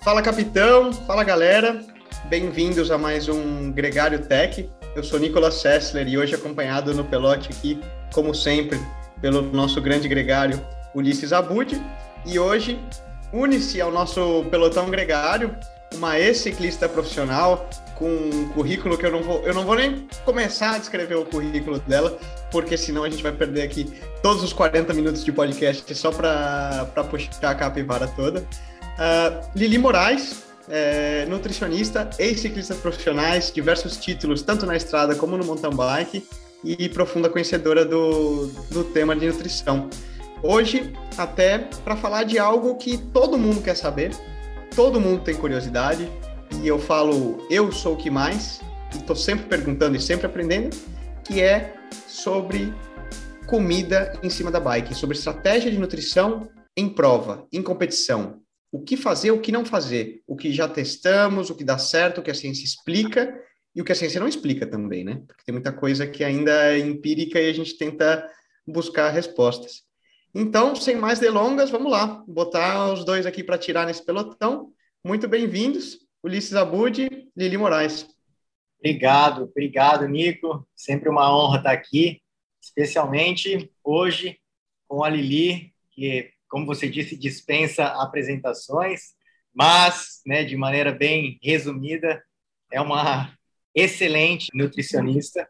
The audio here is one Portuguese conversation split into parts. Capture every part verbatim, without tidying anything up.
Fala, capitão! Fala, galera! Bem-vindos a mais um Gregário Tech. Eu sou Nicolas Sessler e hoje acompanhado no pelote aqui, como sempre, pelo nosso grande gregário Ulisses Abud. E hoje une-se ao nosso pelotão gregário uma ex-ciclista profissional com um currículo que eu não vou, eu não vou nem começar a descrever o currículo dela, porque senão a gente vai perder aqui todos os quarenta minutos de podcast só para puxar a capivara toda. Uh, Lili Moraes, é, nutricionista, ex-ciclista profissionais, diversos títulos, tanto na estrada como no mountain bike, e profunda conhecedora do, do tema de nutrição. Hoje, até para falar de algo que todo mundo quer saber, todo mundo tem curiosidade, e eu falo, eu sou o que mais, e estou sempre perguntando e sempre aprendendo, que é sobre comida em cima da bike, sobre estratégia de nutrição em prova, em competição. O que fazer, o que não fazer, o que já testamos, o que dá certo, o que a ciência explica e o que a ciência não explica também, né? Porque tem muita coisa que ainda é empírica e a gente tenta buscar respostas. Então, sem mais delongas, vamos lá, botar os dois aqui para tirar nesse pelotão. Muito bem-vindos, Ulisses Abud, Lili Moraes. Obrigado, obrigado, Nico. Sempre uma honra estar aqui, especialmente hoje com a Lili, que, como você disse, dispensa apresentações, mas, né, de maneira bem resumida, é uma excelente nutricionista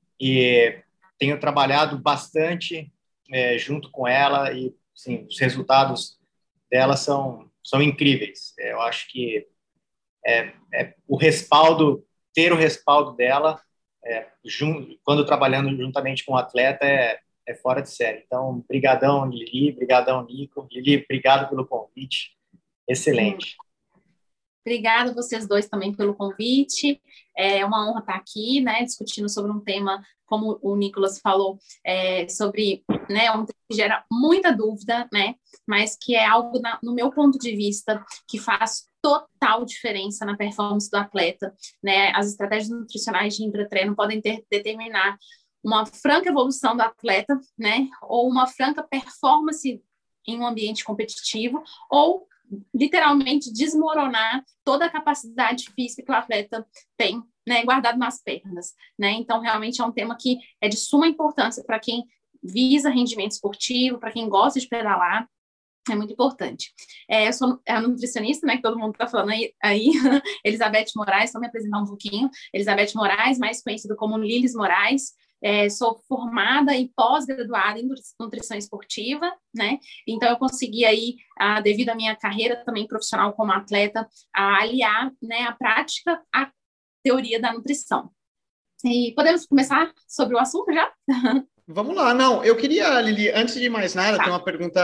e tenho trabalhado bastante é, junto com ela e, sim, os resultados dela são, são incríveis. Eu acho que é, é, o respaldo, ter o respaldo dela, é, jun, quando trabalhando juntamente com o atleta, é, é fora de série. Então, brigadão, Lili, brigadão, Nico. Lili, obrigado pelo convite. Excelente. Obrigada a vocês dois também pelo convite. É uma honra estar aqui, né, discutindo sobre um tema, como o Nicolas falou, é, sobre, né, um tema que gera muita dúvida, né, mas que é algo, na, no meu ponto de vista, que faz total diferença na performance do atleta, né? As estratégias nutricionais de intratreino podem ter, determinar uma franca evolução do atleta, né, ou uma franca performance em um ambiente competitivo, ou literalmente desmoronar toda a capacidade física que o atleta tem, né, guardado nas pernas, né? Então, realmente é um tema que é de suma importância para quem visa rendimento esportivo, para quem gosta de pedalar, é muito importante. É, eu sou a nutricionista, né, que todo mundo está falando aí, aí Elizabeth Moraes, só me apresentar um pouquinho, Elizabeth Moraes, mais conhecida como Lilis Moraes. É, sou formada e pós-graduada em nutrição esportiva, né? Então eu consegui aí, ah, devido à minha carreira também profissional como atleta, a aliar, né, a prática à teoria da nutrição. E podemos começar sobre o assunto já? Vamos lá, não, eu queria, Lili, antes de mais nada, tá. Tem uma pergunta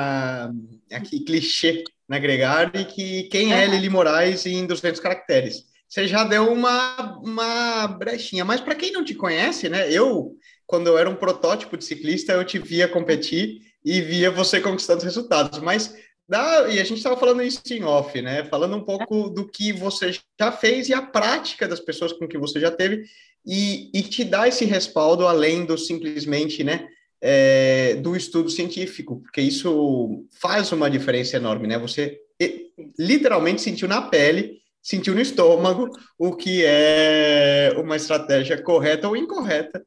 aqui, clichê, na Gregário, que quem uhum. é Lili Moraes em duzentos caracteres? Você já deu uma, uma brechinha, mas para quem não te conhece, né, eu, quando eu era um protótipo de ciclista, eu te via competir e via você conquistando resultados, mas, dá, e a gente estava falando isso em off, né, falando um pouco do que você já fez e a prática das pessoas com que você já teve, e, e te dá esse respaldo além do simplesmente, né, é, do estudo científico, porque isso faz uma diferença enorme, né, você literalmente sentiu na pele, sentiu no estômago o que é uma estratégia correta ou incorreta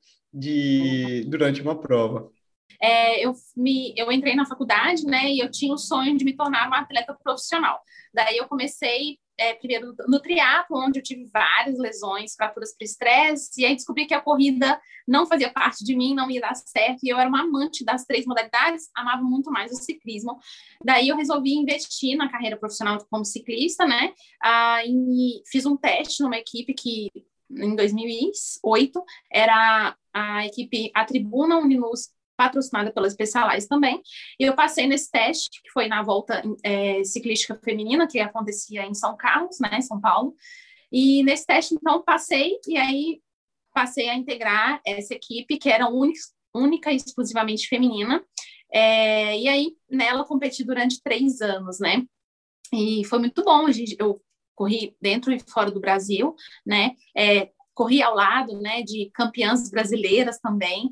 de, durante uma prova. É, eu, me, eu entrei na faculdade, né, e eu tinha o sonho de me tornar uma atleta profissional. Daí eu comecei é, primeiro no triatlo, onde eu tive várias lesões, fraturas por estresse, e aí descobri que a corrida não fazia parte de mim, não ia dar certo, e eu era uma amante das três modalidades, amava muito mais o ciclismo. Daí eu resolvi investir na carreira profissional como ciclista, né, ah, e fiz um teste numa equipe que, em dois mil e oito, era a equipe A Tribuna Uniluz, patrocinada pela Specialized também, e eu passei nesse teste, que foi na volta é, ciclística feminina, que acontecia em São Carlos, né, em São Paulo, e nesse teste, então, passei, e aí passei a integrar essa equipe, que era única, única e exclusivamente feminina, é, e aí nela competi durante três anos, né, e foi muito bom, a gente, eu corri dentro e fora do Brasil, né, é, corri ao lado, né, de campeãs brasileiras também,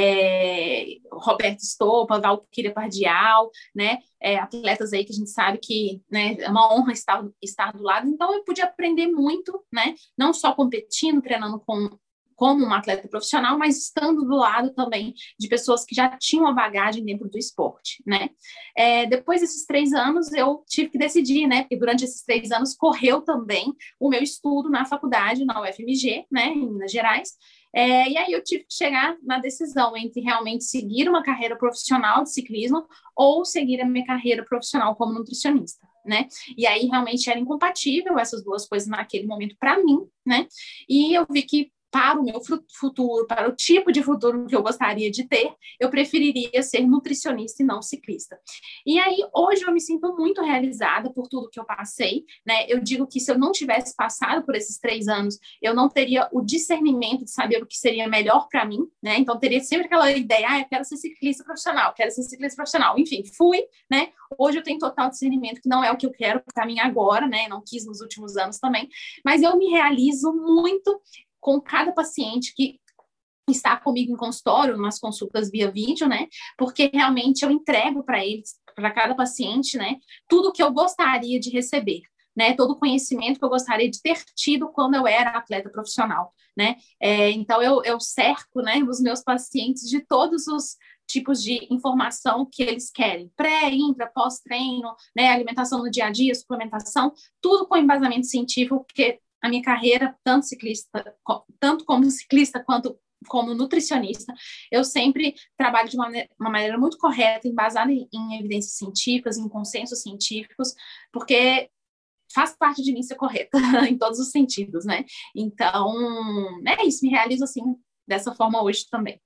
é, Roberto Stoppa, Valquíria Pardial, né, é, atletas aí que a gente sabe que, né, é uma honra estar, estar do lado. Então, eu pude aprender muito, né, não só competindo, treinando com como uma atleta profissional, mas estando do lado também de pessoas que já tinham a bagagem dentro do esporte, né? É, depois desses três anos, eu tive que decidir, né? Porque durante esses três anos correu também o meu estudo na faculdade, na U F M G, né? Em Minas Gerais. É, e aí eu tive que chegar na decisão entre realmente seguir uma carreira profissional de ciclismo ou seguir a minha carreira profissional como nutricionista, né? E aí realmente era incompatível essas duas coisas naquele momento para mim, né? E eu vi que para o meu futuro, para o tipo de futuro que eu gostaria de ter, eu preferiria ser nutricionista e não ciclista. E aí, hoje eu me sinto muito realizada por tudo que eu passei, né? Eu digo que se eu não tivesse passado por esses três anos, eu não teria o discernimento de saber o que seria melhor para mim, né? Então, teria sempre aquela ideia, ah, eu quero ser ciclista profissional, quero ser ciclista profissional. Enfim, fui, né? Hoje eu tenho total discernimento que não é o que eu quero para mim agora, né? Não quis nos últimos anos também, mas eu me realizo muito com cada paciente que está comigo em consultório, nas consultas via vídeo, né? Porque realmente eu entrego para eles, para cada paciente, né? Tudo que eu gostaria de receber, né? Todo o conhecimento que eu gostaria de ter tido quando eu era atleta profissional, né? É, então eu, eu cerco, né, os meus pacientes de todos os tipos de informação que eles querem, pré, intra, pós-treino, né? Alimentação no dia a dia, suplementação, tudo com embasamento científico, porque a minha carreira, tanto ciclista, tanto como ciclista quanto como nutricionista, eu sempre trabalho de uma maneira, uma maneira muito correta, embasada em, em evidências científicas, em consensos científicos, porque faz parte de mim ser correta em todos os sentidos, né? Então, é isso, me realizo assim, dessa forma hoje também.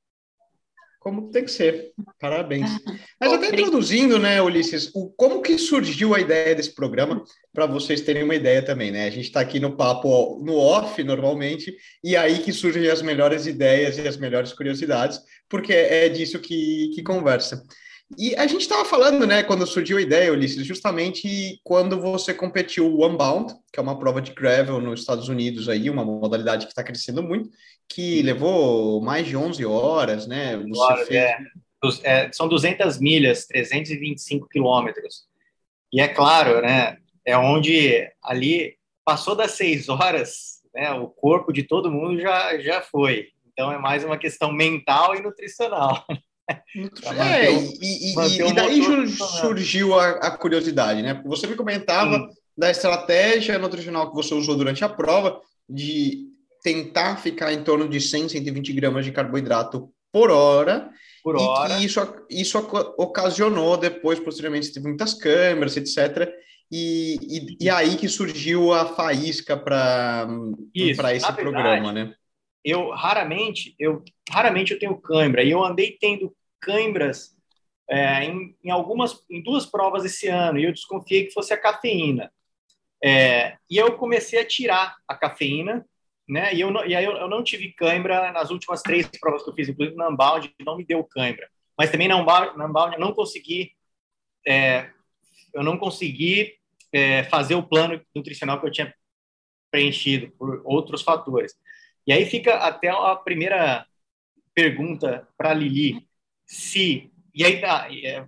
Como tem que ser. Parabéns. Mas até introduzindo, né, Ulisses, o, como que surgiu a ideia desse programa, para vocês terem uma ideia também, né? A gente está aqui no papo, no off, normalmente, e aí que surgem as melhores ideias e as melhores curiosidades, porque é disso que, que conversa. E a gente estava falando, né, quando surgiu a ideia, Ulisses, justamente quando você competiu o Unbound, que é uma prova de gravel nos Estados Unidos aí, uma modalidade que está crescendo muito, que levou mais de onze horas, né? Você Claro, fez... é, é, são duzentas milhas, trezentos e vinte e cinco quilômetros. E é claro, né, é onde ali passou das seis horas, né, o corpo de todo mundo já, já foi. Então é mais uma questão mental e nutricional. É, o, e, e, e daí surgiu a, a curiosidade, né? Porque você me comentava Sim. da estratégia nutricional que você usou durante a prova, de tentar ficar em torno de cem, cento e vinte gramas de carboidrato por hora, por e hora. que isso, isso ocasionou depois, posteriormente, teve muitas câmeras, etcétera. E, e, e aí que surgiu a faísca para esse programa, né? Eu raramente, eu raramente eu tenho cãibra, e eu andei tendo cãibras é, em, em algumas, em duas provas esse ano, e eu desconfiei que fosse a cafeína. É, e eu comecei a tirar a cafeína, né? E, eu não, e aí eu, eu não tive cãibra nas últimas três provas que eu fiz, inclusive na Unbound, não me deu cãibra. Mas também na Unbound, na Unbound eu não consegui, é, eu não consegui é, fazer o plano nutricional que eu tinha preenchido por outros fatores. E aí fica até a primeira pergunta para a Lili, se... E aí, tá,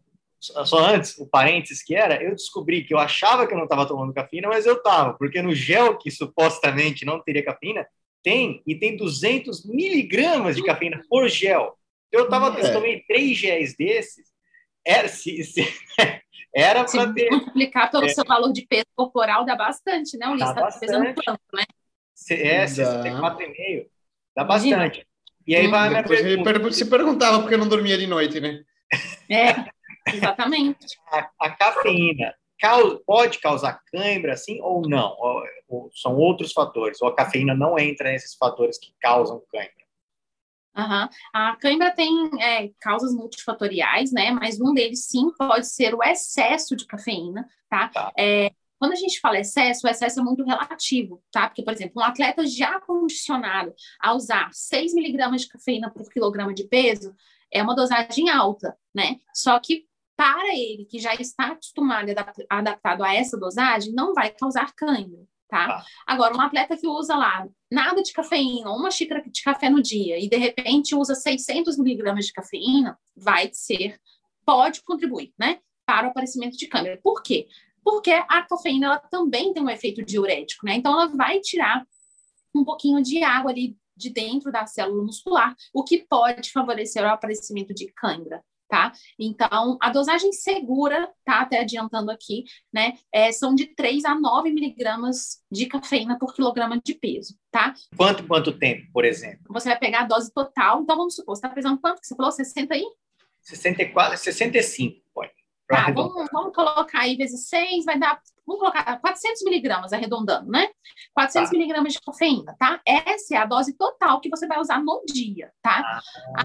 só antes, o parênteses que era, eu descobri que eu achava que eu não estava tomando cafeína, mas eu estava, porque no gel que supostamente não teria cafeína, tem, e tem duzentos miligramas de cafeína por gel. Eu, tava, é. eu tomei três géis desses, era, se, se, era para ter... Se multiplicar pelo é, seu valor de peso corporal, dá bastante, né? O Ulisses está pesando quanto, né? É, sessenta e quatro vírgula cinco. Dá Imagina. Bastante. E aí hum, vai a minha depois pergunta. Ele se perguntava por que eu não dormia de noite, né? É, exatamente. A, a cafeína causa, pode causar cãibra, assim, ou não? Ou, ou são outros fatores? Ou a cafeína não entra nesses fatores que causam cãibra? Uhum. A cãibra tem é, causas multifatoriais, né? Mas um deles, sim, pode ser o excesso de cafeína, tá? tá. É, quando a gente fala excesso, o excesso é muito relativo, tá? Porque, por exemplo, um atleta já condicionado a usar seis miligramas de cafeína por quilograma de peso é uma dosagem alta, né? Só que para ele, que já está acostumado e adaptado a essa dosagem, não vai causar cãibra, tá? Ah. Agora, um atleta que usa lá nada de cafeína, uma xícara de café no dia, e de repente usa seiscentos miligramas de cafeína, vai ser, pode contribuir, né, para o aparecimento de cãibra. Por quê? Porque a cafeína, ela também tem um efeito diurético, né? Então, ela vai tirar um pouquinho de água ali de dentro da célula muscular, o que pode favorecer o aparecimento de cãibra, tá? Então, a dosagem segura, tá? Até adiantando aqui, né? É, são de três a nove miligramas de cafeína por quilograma de peso, tá? Quanto, quanto tempo, por exemplo? Você vai pegar a dose total, então vamos supor, você tá pesando quanto que você falou? sessenta aí? sessenta e quatro, sessenta e cinco, pode. Tá, vamos, vamos colocar aí vezes seis, vai dar, vamos colocar quatrocentos miligramas, arredondando, né? quatrocentos Tá. miligramas de cafeína, tá? Essa é a dose total que você vai usar no dia, tá? Ah.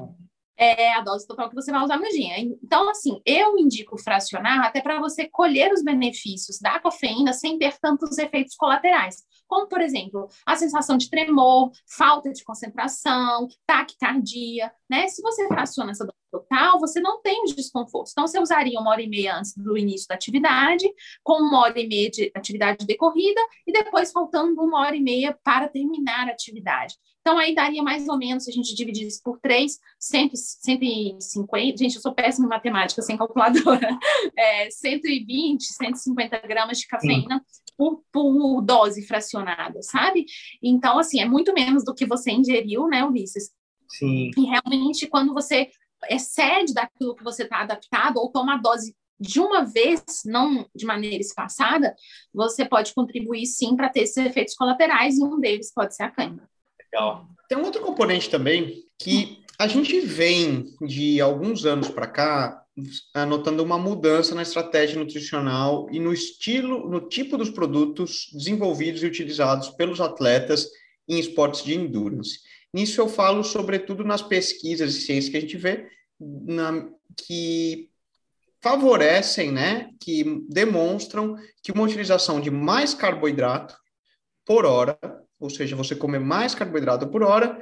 É a dose total que você vai usar no dia. Então, assim, eu indico fracionar até para você colher os benefícios da cafeína sem ter tantos efeitos colaterais, como, por exemplo, a sensação de tremor, falta de concentração, taquicardia, né? Se você fraciona essa dose total, você não tem os desconfortos. Então, você usaria uma hora e meia antes do início da atividade, com uma hora e meia de atividade decorrida, e depois faltando uma hora e meia para terminar a atividade. Então, aí daria mais ou menos, se a gente dividir isso por três, cento, cento e cinquenta, gente, eu sou péssima em matemática, sem calculadora, é, cento e vinte, cento e cinquenta gramas de cafeína por, por dose fracionada, sabe? Então, assim, é muito menos do que você ingeriu, né, Ulisses? Sim. E realmente, quando você excede daquilo que você está adaptado, ou toma a dose de uma vez, não de maneira espaçada, você pode contribuir, sim, para ter esses efeitos colaterais, e um deles pode ser a cãibra. Legal. Tem um outro componente também que a gente vem de alguns anos para cá anotando uma mudança na estratégia nutricional e no estilo, no tipo dos produtos desenvolvidos e utilizados pelos atletas em esportes de endurance. Nisso eu falo sobretudo nas pesquisas e ciências que a gente vê na, que favorecem, né, que demonstram que uma utilização de mais carboidrato por hora, ou seja, você comer mais carboidrato por hora,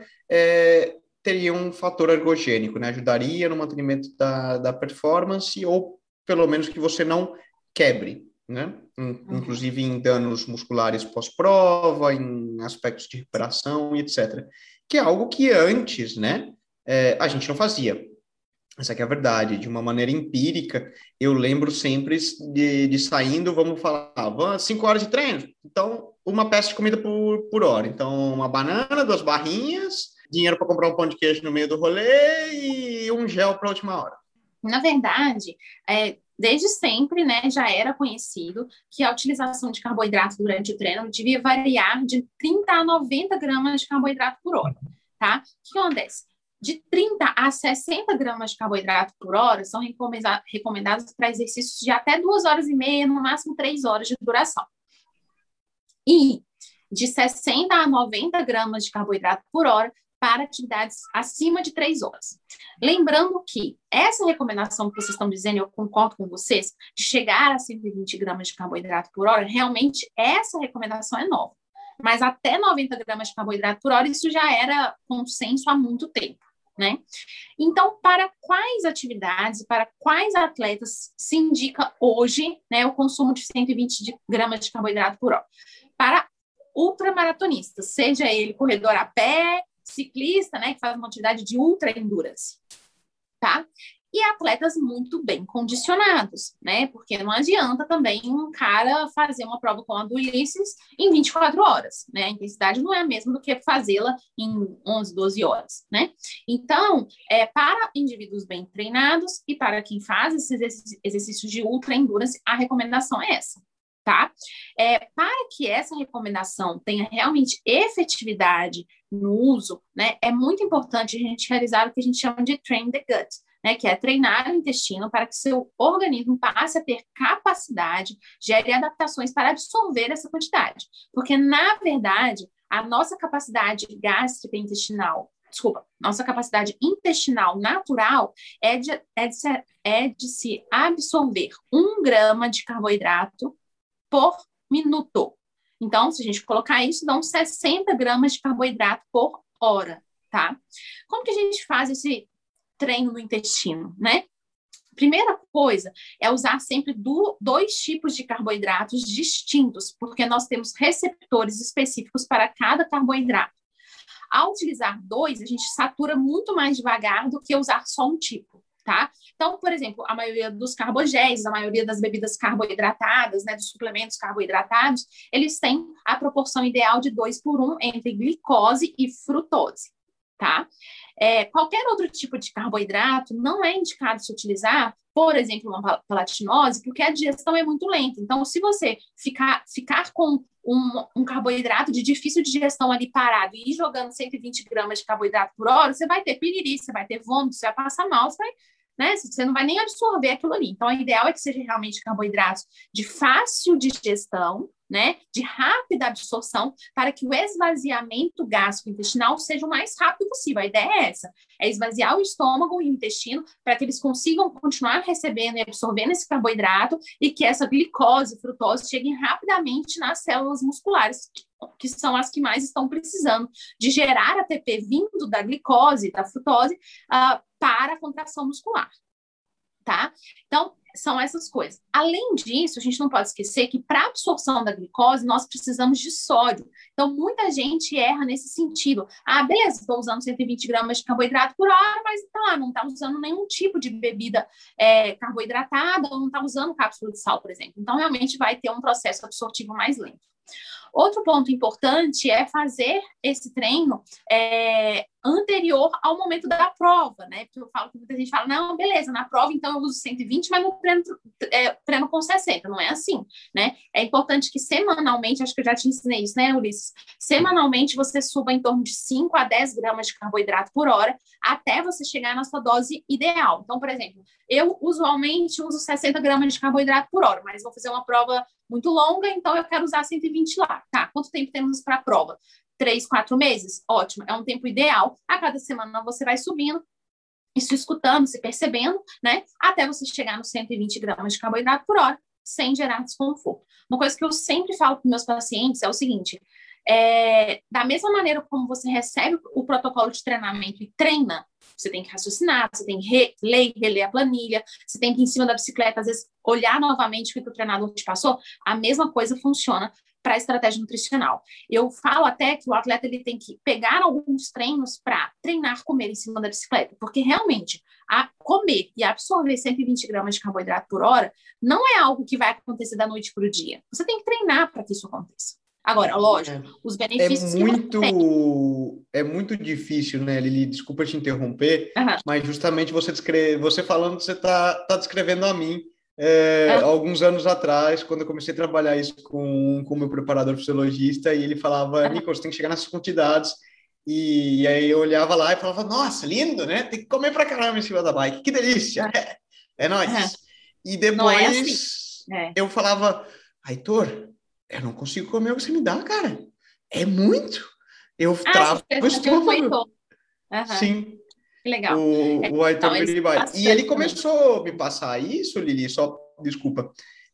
é, teria um fator ergogênico, né? Ajudaria no mantenimento da, da performance, ou pelo menos que você não quebre, né? Inclusive em danos musculares pós-prova, em aspectos de recuperação e etcétera. Que é algo que antes, né, é, a gente não fazia. Essa que é a verdade, de uma maneira empírica, eu lembro sempre de, de saindo, vamos falar, ah, cinco horas de treino, então uma peça de comida por, por hora, então uma banana, duas barrinhas, dinheiro para comprar um pão de queijo no meio do rolê e um gel para a última hora. Na verdade, é, desde sempre, né, já era conhecido que a utilização de carboidrato durante o treino devia variar de trinta a noventa gramas de carboidrato por hora, tá? O que acontece? De trinta a sessenta gramas de carboidrato por hora são recomendados para exercícios de até duas horas e meia, no máximo três horas de duração. E de sessenta a noventa gramas de carboidrato por hora para atividades acima de três horas. Lembrando que essa recomendação que vocês estão dizendo, eu concordo com vocês, de chegar a cento e vinte gramas de carboidrato por hora, realmente essa recomendação é nova. Mas até noventa gramas de carboidrato por hora, isso já era consenso há muito tempo, né? Então, para quais atividades, para quais atletas se indica hoje, né, o consumo de cento e vinte gramas de carboidrato por hora? Para ultramaratonistas, seja ele corredor a pé, ciclista, né, que faz uma atividade de ultra endurance, tá? E atletas muito bem condicionados, né? Porque não adianta também um cara fazer uma prova como a do Ulisses em vinte e quatro horas, né? A intensidade não é a mesma do que fazê-la em onze, doze horas, né? Então, é, para indivíduos bem treinados e para quem faz esses exercícios de ultra endurance, a recomendação é essa, tá? É, para que essa recomendação tenha realmente efetividade no uso, né, é muito importante a gente realizar o que a gente chama de train the gut, né, que é treinar o intestino para que seu organismo passe a ter capacidade, gere adaptações para absorver essa quantidade. Porque, na verdade, a nossa capacidade gástrica intestinal, desculpa, nossa capacidade intestinal natural é de, é de, se, é de se absorver um grama de carboidrato por minuto. Então, se a gente colocar isso, dão sessenta gramas de carboidrato por hora, tá? Como que a gente faz esse treino no intestino, né? Primeira coisa é usar sempre do, dois tipos de carboidratos distintos, porque nós temos receptores específicos para cada carboidrato. Ao utilizar dois, a gente satura muito mais devagar do que usar só um tipo, tá? Então, por exemplo, a maioria dos carbogéis, a maioria das bebidas carboidratadas, né, dos suplementos carboidratados, eles têm a proporção ideal de dois por um entre glicose e frutose, tá? É, qualquer outro tipo de carboidrato não é indicado se utilizar, por exemplo, uma palatinose, porque a digestão é muito lenta. Então, se você ficar, ficar com um, um carboidrato de difícil digestão ali parado e ir jogando cento e vinte gramas de carboidrato por hora, você vai ter piriri, você vai ter vômito, você vai passar mal, você vai, né, você não vai nem absorver aquilo ali. Então, o ideal é que seja realmente carboidratos de fácil digestão, né, de rápida absorção, para que o esvaziamento gástrico-intestinal seja o mais rápido possível. A ideia é essa, é esvaziar o estômago e o intestino para que eles consigam continuar recebendo e absorvendo esse carboidrato e que essa glicose, frutose, cheguem rapidamente nas células musculares, que são as que mais estão precisando de gerar A T P vindo da glicose, da frutose, uh, para a contração muscular, tá? Então, são essas coisas. Além disso, a gente não pode esquecer que para a absorção da glicose, nós precisamos de sódio. Então, muita gente erra nesse sentido. Ah, beleza, estou usando cento e vinte gramas de carboidrato por hora, mas tá, não está usando nenhum tipo de bebida é, carboidratada, ou não está usando cápsula de sal, por exemplo. Então, realmente vai ter um processo absortivo mais lento. Outro ponto importante é fazer esse treino é, anterior ao momento da prova, né? Porque eu falo que muita gente fala, não, beleza, na prova então eu uso cento e vinte, mas no treino, é, treino com sessenta. Não é assim, né? É importante que semanalmente, acho que eu já te ensinei isso, né, Ulisses? Semanalmente você suba em torno de cinco a dez gramas de carboidrato por hora até você chegar na sua dose ideal. Então, por exemplo, eu usualmente uso sessenta gramas de carboidrato por hora, mas vou fazer uma prova muito longa, então eu quero usar cento e vinte lá. Tá, quanto tempo temos para a prova? Três, quatro meses? Ótimo, é um tempo ideal. A cada semana você vai subindo, isso escutando, se percebendo, né? Até você chegar nos cento e vinte gramas de carboidrato por hora, sem gerar desconforto. Uma coisa que eu sempre falo para meus pacientes é o seguinte, é, da mesma maneira como você recebe o protocolo de treinamento e treina, você tem que raciocinar, você tem que re, ler e reler a planilha, você tem que, em cima da bicicleta, às vezes, olhar novamente o que o treinador te passou. A mesma coisa funciona para a estratégia nutricional. Eu falo até que o atleta ele tem que pegar alguns treinos para treinar comer em cima da bicicleta, porque realmente a comer e absorver cento e vinte gramas de carboidrato por hora não é algo que vai acontecer da noite para o dia. Você tem que treinar para que isso aconteça. Agora, lógico, é, os benefícios... É muito, é muito difícil, né, Lili? Desculpa te interromper, uhum. mas justamente você, descreve, você falando, você está tá descrevendo a mim, é, uhum. alguns anos atrás, quando eu comecei a trabalhar isso com o meu preparador fisiologista, e ele falava, uhum. Nico, você tem que chegar nessas quantidades, e, e aí eu olhava lá e falava, nossa, lindo, né? Tem que comer pra caramba em cima da bike, que delícia, uhum. é, é nóis. Uhum. E depois é assim. é. eu falava, Aitor, eu não consigo comer o que você me dá, cara. É muito. Eu ah, travo o estômago. Uhum. Sim. Que legal. O, é, o Aitor então, E ele começou a me passar isso, Lili, só, desculpa,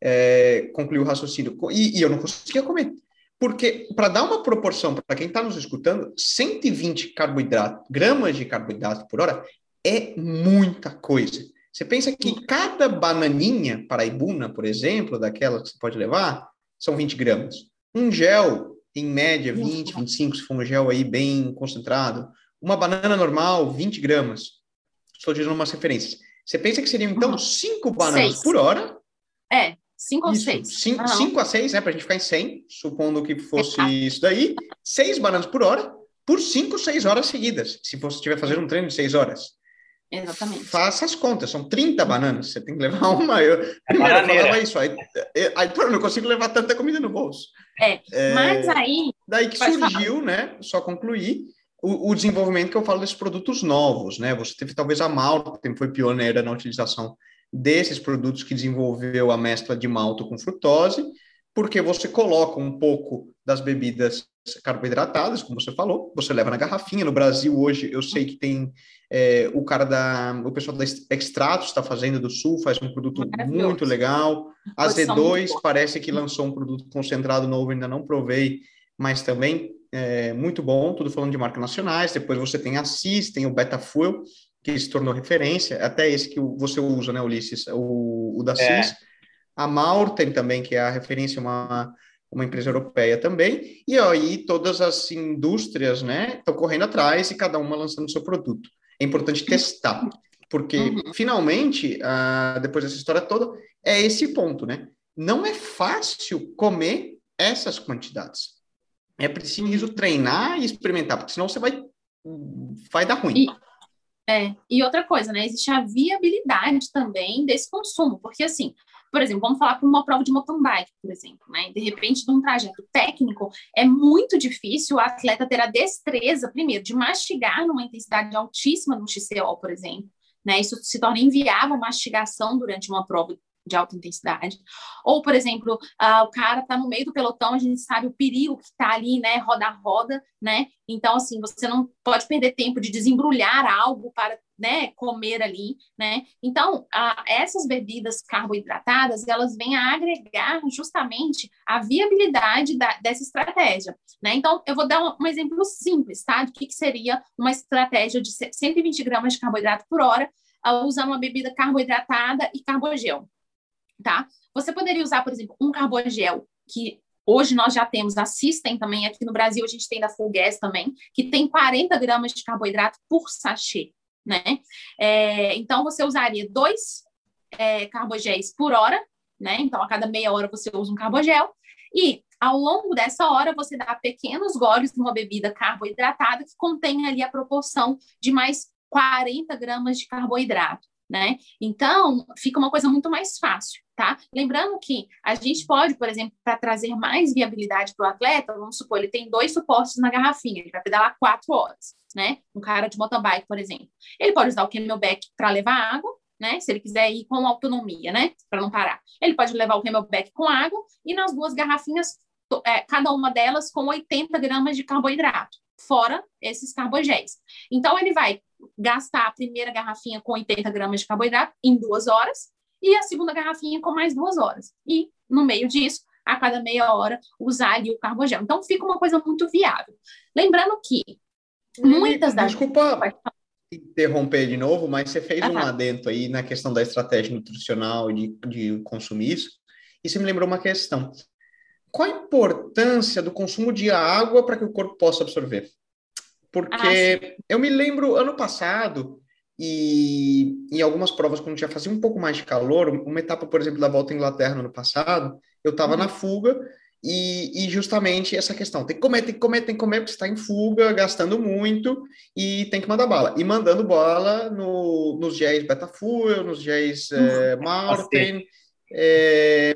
é, concluir o raciocínio. E, e eu não conseguia comer. Porque, para dar uma proporção, para quem está nos escutando, cento e vinte carboidratos, gramas de carboidrato por hora é muita coisa. Você pensa que cada bananinha paraibuna, por exemplo, daquela que você pode levar, são vinte gramas. Um gel, em média, vinte, vinte e cinco, se for um gel aí bem concentrado. Uma banana normal, vinte gramas. Estou dizendo umas referências. Você pensa que seriam, então, cinco bananas seis. Por hora? É, cinco ou isso, seis. Cinco, cinco a seis, né? Para a gente ficar em cem, supondo que fosse é. isso daí. Seis bananas por hora, por cinco, seis horas seguidas. Se você estiver fazendo um treino de seis horas. Exatamente. Faça as contas, são trinta bananas, você tem que levar uma. Eu, primeiro, eu falava isso, aí, aí pô, eu não consigo levar tanta comida no bolso. É, é mas aí... Daí que surgiu, falar. né, só concluir, o, o desenvolvimento que eu falo desses produtos novos, né, você teve talvez a malto, que foi pioneira na utilização desses produtos que desenvolveu a mescla de malto com frutose, porque você coloca um pouco das bebidas carboidratadas, como você falou, você leva na garrafinha. No Brasil, hoje, eu sei que tem é, o cara da... O pessoal da Extratos está fazendo do Sul, faz um produto muito legal. A Z dois parece que lançou um produto concentrado novo, ainda não provei, mas também é muito bom, tudo falando de marcas nacionais. Depois você tem a Cis, tem o Betafuel, que se tornou referência, até esse que você usa, né, Ulisses, o, o da É. CIS, a Maurten também, que é a referência, uma, uma empresa europeia também, e aí todas as indústrias, né, estão correndo atrás e cada uma lançando o seu produto. É importante testar, porque Uhum. finalmente, ah, depois dessa história toda, é esse ponto, né? Não é fácil comer essas quantidades. É preciso Uhum. treinar e experimentar, porque senão você vai, vai dar ruim. E, é, e outra coisa, né? Existe a viabilidade também desse consumo, porque assim, por exemplo, vamos falar para uma prova de mountain bike, por exemplo, né? De repente, num trajeto técnico, é muito difícil o atleta ter a destreza, primeiro, de mastigar numa intensidade altíssima no X C O, por exemplo, né? Isso se torna inviável a mastigação durante uma prova de alta intensidade. Ou, por exemplo, uh, o cara está no meio do pelotão, a gente sabe o perigo que está ali, né? Roda a roda, né? Então, assim, você não pode perder tempo de desembrulhar algo para, né, comer ali, né? Então, uh, essas bebidas carboidratadas, elas vêm a agregar justamente a viabilidade da, dessa estratégia, né? Então, eu vou dar um, um exemplo simples, tá? Do que, que seria uma estratégia de cento e vinte gramas de carboidrato por hora, uh, usando uma bebida carboidratada e carbogel. Tá? Você poderia usar, por exemplo, um carbogel, que hoje nós já temos, a System também, aqui no Brasil a gente tem da Full Gas também, que tem quarenta gramas de carboidrato por sachê, né? É, então, você usaria dois é, carbogéis por hora, né? Então, a cada meia hora você usa um carbogel, e ao longo dessa hora você dá pequenos goles numa bebida carboidratada que contém ali a proporção de mais quarenta gramas de carboidrato. Né? Então, fica uma coisa muito mais fácil, tá? Lembrando que a gente pode, por exemplo, para trazer mais viabilidade para o atleta, vamos supor, ele tem dois suportes na garrafinha, ele vai pedalar quatro horas, né? Um cara de mountain bike, por exemplo. Ele pode usar o Camelback para levar água, né? Se ele quiser ir com autonomia, né? Para não parar. Ele pode levar o Camelback com água e nas duas garrafinhas, é, cada uma delas com oitenta gramas de carboidrato, fora esses carbogéis. Então, ele vai gastar a primeira garrafinha com oitenta gramas de carboidrato em duas horas e a segunda garrafinha com mais duas horas. E, no meio disso, a cada meia hora, usar ali o carbogel. Então, fica uma coisa muito viável. Lembrando que muitas das... Desculpa interromper de novo, mas você fez uhum. um adendo aí na questão da estratégia nutricional de, de consumir isso, e você me lembrou uma questão. Qual a importância do consumo de água para que o corpo possa absorver? Porque ah, eu me lembro, ano passado, e em algumas provas, quando já fazia um pouco mais de calor, uma etapa, por exemplo, da Volta à Inglaterra no ano passado, eu estava uhum. na fuga, e, e justamente essa questão, tem que comer, tem que comer, tem que comer, porque você está em fuga, gastando muito, e tem que mandar bala. E mandando bala no, nos géis Betafuel, nos géis é, Maurten, é,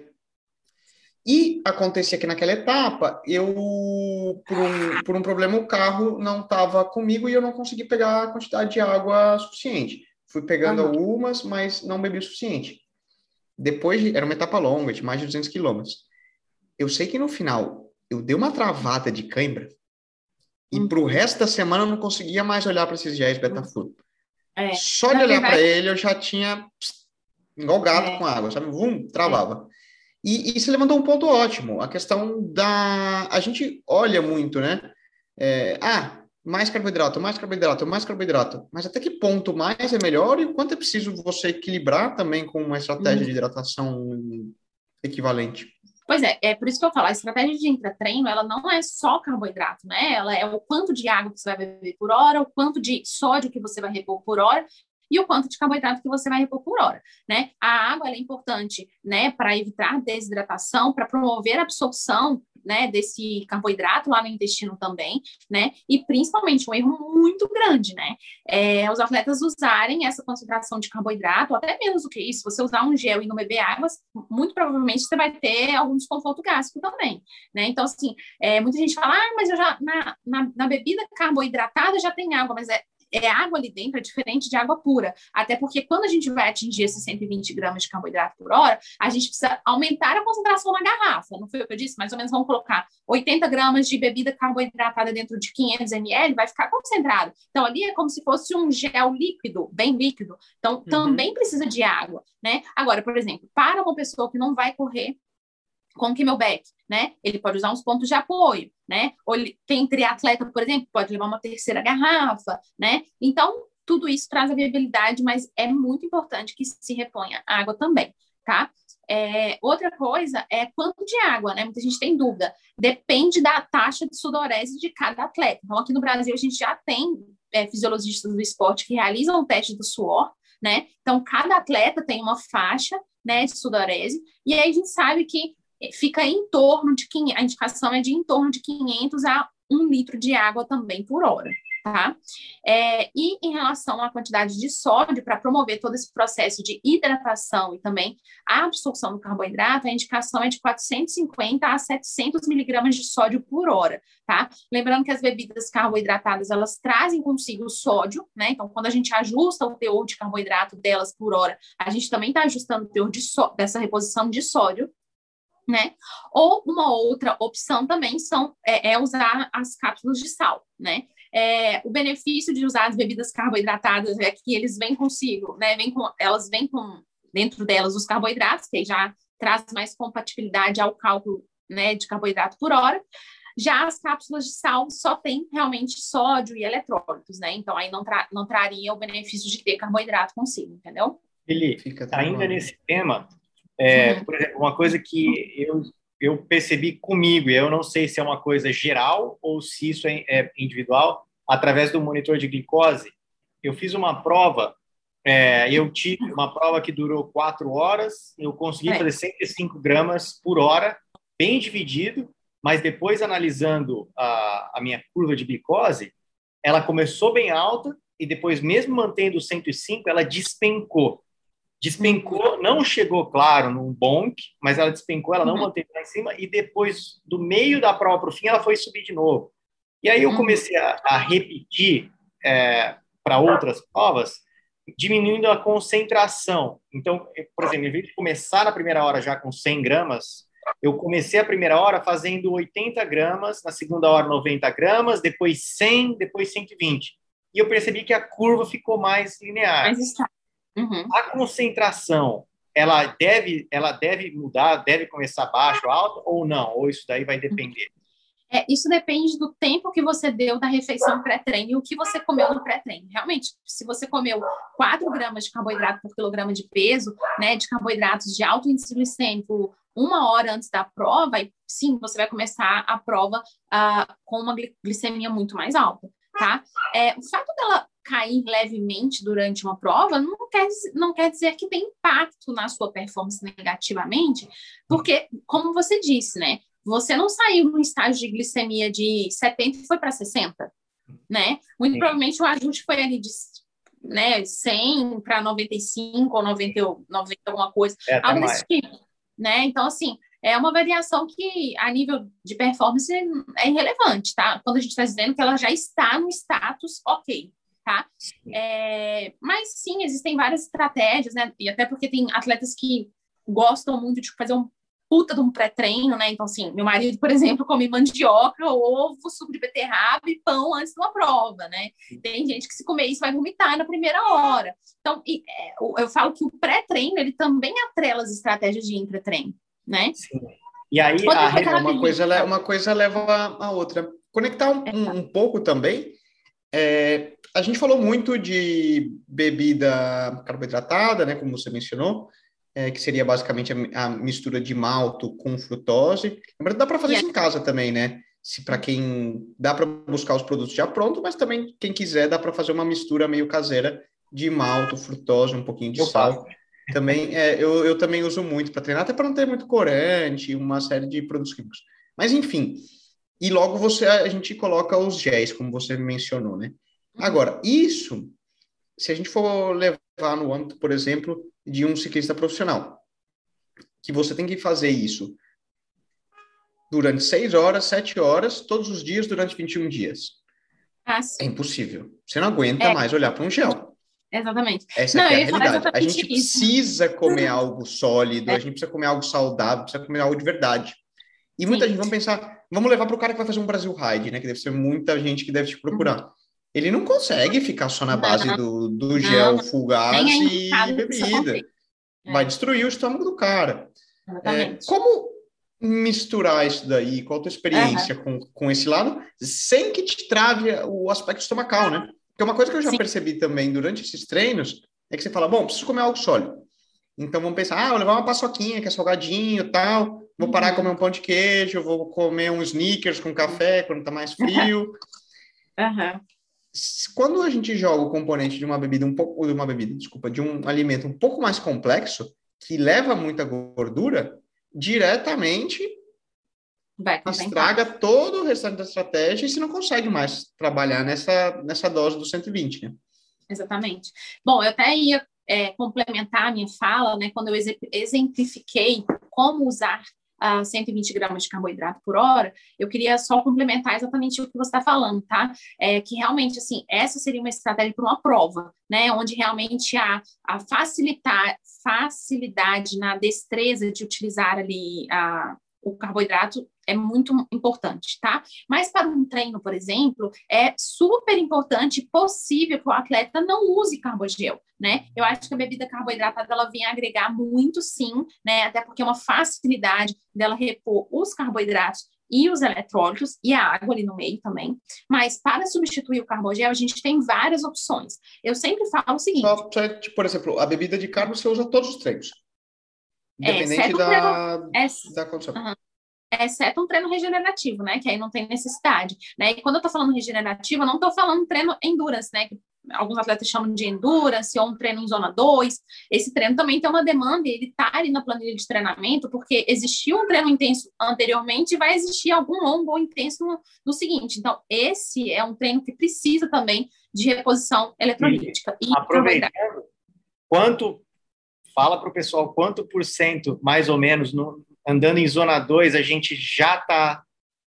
e acontecia que naquela etapa, eu, por um, por um problema, o carro não estava comigo e eu não consegui pegar a quantidade de água suficiente. Fui pegando uhum. algumas, mas não bebi o suficiente. Depois, de, era uma etapa longa, de mais de duzentos quilômetros. Eu sei que no final, eu dei uma travada de cãibra e uhum. para o resto da semana eu não conseguia mais olhar para esses géis Betafuel. É. Só de Na olhar verdade... para ele, eu já tinha igual gato é. com água, sabe? Vum, travava. É. E, e você levantou um ponto ótimo, a questão da... A gente olha muito, né? É, ah, mais carboidrato, mais carboidrato, mais carboidrato. Mas até que ponto mais é melhor e o quanto é preciso você equilibrar também com uma estratégia hum. de hidratação equivalente? Pois é, é por isso que eu falo, a estratégia de intratreino, ela não é só carboidrato, né? Ela é o quanto de água que você vai beber por hora, o quanto de sódio que você vai repor por hora, e o quanto de carboidrato que você vai repor por hora, né? A água, ela é importante, né, para evitar desidratação, para promover a absorção, né, desse carboidrato lá no intestino também, né? E principalmente um erro muito grande, né? É, os atletas usarem essa concentração de carboidrato, ou até menos do que isso, você usar um gel e não beber água, muito provavelmente você vai ter algum desconforto gástrico também, né? Então, assim, é, muita gente fala, ah, mas eu já, na, na, na bebida carboidratada já tem água, mas é É água ali dentro, é diferente de água pura. Até porque quando a gente vai atingir esses cento e vinte gramas de carboidrato por hora, a gente precisa aumentar a concentração na garrafa. Não foi o que eu disse? Mais ou menos vamos colocar oitenta gramas de bebida carboidratada dentro de quinhentos mililitros, vai ficar concentrado. Então, ali é como se fosse um gel líquido, bem líquido. Então, uhum. também precisa de água, né? Agora, por exemplo, para uma pessoa que não vai correr com o Camelback, né? Ele pode usar uns pontos de apoio, né? Ou ele, tem triatleta, por exemplo, pode levar uma terceira garrafa, né? Então, tudo isso traz a viabilidade, mas é muito importante que se reponha água também, tá? É, outra coisa é quanto de água, né? Muita gente tem dúvida. Depende da taxa de sudorese de cada atleta. Então, aqui no Brasil, a gente já tem é, fisiologistas do esporte que realizam o teste do suor, né? Então, cada atleta tem uma faixa, né, de sudorese, e aí a gente sabe que fica em torno de quinhentos, a indicação é de em torno de quinhentos a um litro de água também por hora, tá? É, e em relação à quantidade de sódio, para promover todo esse processo de hidratação e também a absorção do carboidrato, a indicação é de quatrocentos e cinquenta a setecentos miligramas de sódio por hora, tá? Lembrando que as bebidas carboidratadas, elas trazem consigo o sódio, né? Então, quando a gente ajusta o teor de carboidrato delas por hora, a gente também está ajustando o teor de só, dessa reposição de sódio, né? Ou uma outra opção também são, é, é usar as cápsulas de sal, né? É, o benefício de usar as bebidas carboidratadas é que eles vêm consigo, né? Vem com, elas vêm com dentro delas os carboidratos, que aí já traz mais compatibilidade ao cálculo, né, de carboidrato por hora. Já as cápsulas de sal só tem realmente sódio e eletrólitos, né? Então aí não, tra não traria o benefício de ter carboidrato consigo, entendeu? Ele, ainda nesse tema, é, uhum. por exemplo, uma coisa que eu, eu percebi comigo, e eu não sei se é uma coisa geral ou se isso é, é individual, através do monitor de glicose, eu fiz uma prova, é, eu tive uma prova que durou quatro horas, eu consegui é. fazer cento e cinco gramas por hora, bem dividido, mas depois analisando a, a minha curva de glicose, ela começou bem alta e depois, mesmo mantendo cento e cinco, ela despencou. Despencou, não chegou, claro, num bonk, mas ela despencou, ela não uhum. manteve lá em cima, e depois, do meio da prova para o fim, ela foi subir de novo. E aí eu comecei a, a repetir é, para outras provas, diminuindo a concentração. Então, eu, por exemplo, em vez de começar na primeira hora já com cem gramas, eu comecei a primeira hora fazendo oitenta gramas, na segunda hora noventa gramas, depois cem, depois cento e vinte. E eu percebi que a curva ficou mais linear. Mas está. Uhum. A concentração, ela deve, ela deve mudar, deve começar baixo, alto ou não? Ou isso daí vai depender? É, isso depende do tempo que você deu da refeição pré-treino e o que você comeu no pré-treino. Realmente, se você comeu quatro gramas de carboidrato por quilograma de peso, né, de carboidratos de alto índice glicêmico uma hora antes da prova, e sim, você vai começar a prova uh, com uma glicemia muito mais alta, tá? É, o fato dela cair levemente durante uma prova não quer, não quer dizer que tem impacto na sua performance negativamente, porque, como você disse, né, você não saiu num estágio de glicemia de setenta e foi para sessenta, né? Muito Sim. provavelmente o ajuste foi ali de, né, cem para noventa e cinco ou noventa, noventa alguma coisa, é, algo desse tipo, né? Então, assim, é uma variação que, a nível de performance, é irrelevante, tá? Quando a gente está dizendo que ela já está no status ok, tá? É, mas, sim, existem várias estratégias, né? E até porque tem atletas que gostam muito de fazer um puta de um pré-treino, né? Então, assim, meu marido, por exemplo, come mandioca, ovo, suco de beterraba e pão antes de uma prova, né? Tem gente que se comer isso vai vomitar na primeira hora. Então, e, é, eu falo que o pré-treino, ele também atrela as estratégias de intra-treino, né? Sim. E aí, a, uma, coisa, uma coisa leva a outra. Conectar um, um, um pouco também, é, a gente falou muito de bebida carboidratada, né? Como você mencionou, É, que seria basicamente a, a mistura de malto com frutose. Mas dá para fazer yeah. isso em casa também, né? Se para quem dá para buscar os produtos já prontos, mas também quem quiser dá para fazer uma mistura meio caseira de malto, frutose, um pouquinho de eu sal. Faço. Também é, eu, eu também uso muito para treinar, até para não ter muito corante, uma série de produtos químicos. Mas enfim, e logo você a gente coloca os géis, como você mencionou, né? Agora, isso, se a gente for levar no âmbito, por exemplo, de um ciclista profissional, que você tem que fazer isso durante seis horas, sete horas, todos os dias, durante vinte e um dias. Ah, é impossível. Você não aguenta é. mais olhar para um gel. Exatamente. Essa não, é a realidade. A gente isso. precisa comer algo sólido, é. a gente precisa comer algo saudável, precisa comer algo de verdade. E Sim. muita gente, vamos pensar, vamos levar para o cara que vai fazer um Brasil Ride, né? Que deve ser muita gente que deve te procurar. Uhum. Ele não consegue ficar só na base não, do, do gel não, full gas e bebida. É. Vai destruir o estômago do cara. É, como misturar isso daí? Qual a tua experiência uhum. com, com esse lado? Sem que te trave o aspecto estomacal, né? Porque uma coisa que eu já Sim. percebi também durante esses treinos é que você fala, bom, preciso comer algo sólido. Então vamos pensar, ah, vou levar uma paçoquinha que é salgadinho e tal, vou parar de comer um pão de queijo, vou comer um Snickers com café quando tá mais frio. Uhum. Quando a gente joga o componente de uma bebida um pouco, de uma bebida, desculpa, de um alimento um pouco mais complexo, que leva muita gordura, diretamente Vai contemplar. estraga todo o restante da estratégia e você não consegue mais trabalhar nessa, nessa dose do cento e vinte, né? Exatamente. Bom, eu até ia é, complementar a minha fala, né, quando eu exemplifiquei como usar uh, cento e vinte gramas de carboidrato por hora, eu queria só complementar exatamente o que você está falando, tá? É, que realmente, assim, essa seria uma estratégia para uma prova, né, onde realmente há a facilitar, facilidade na destreza de utilizar ali a o carboidrato é muito importante, tá? Mas para um treino, por exemplo, é super importante e possível que o atleta não use carbogel, né? Eu acho que a bebida carboidratada, ela vem agregar muito, sim, né? Até porque é uma facilidade dela repor os carboidratos e os eletrólitos e a água ali no meio também. Mas para substituir o carbogel, a gente tem várias opções. Eu sempre falo o seguinte... Só, só tipo, por exemplo, a bebida de carbo você usa todos os treinos. Independente é, da, treino, é, da condição. Uhum. Exceto um treino regenerativo, né? Que aí não tem necessidade, né? E quando eu tô falando regenerativo, eu não tô falando treino endurance, né? Que alguns atletas chamam de endurance ou um treino em zona dois. Esse treino também tem uma demanda e ele tá ali na planilha de treinamento porque existiu um treino intenso anteriormente e vai existir algum longo ou intenso no, no seguinte. Então, esse é um treino que precisa também de reposição eletrolítica. E, e aproveitando, quanto... Fala para o pessoal quanto por cento, mais ou menos, no, andando em zona dois, a gente já está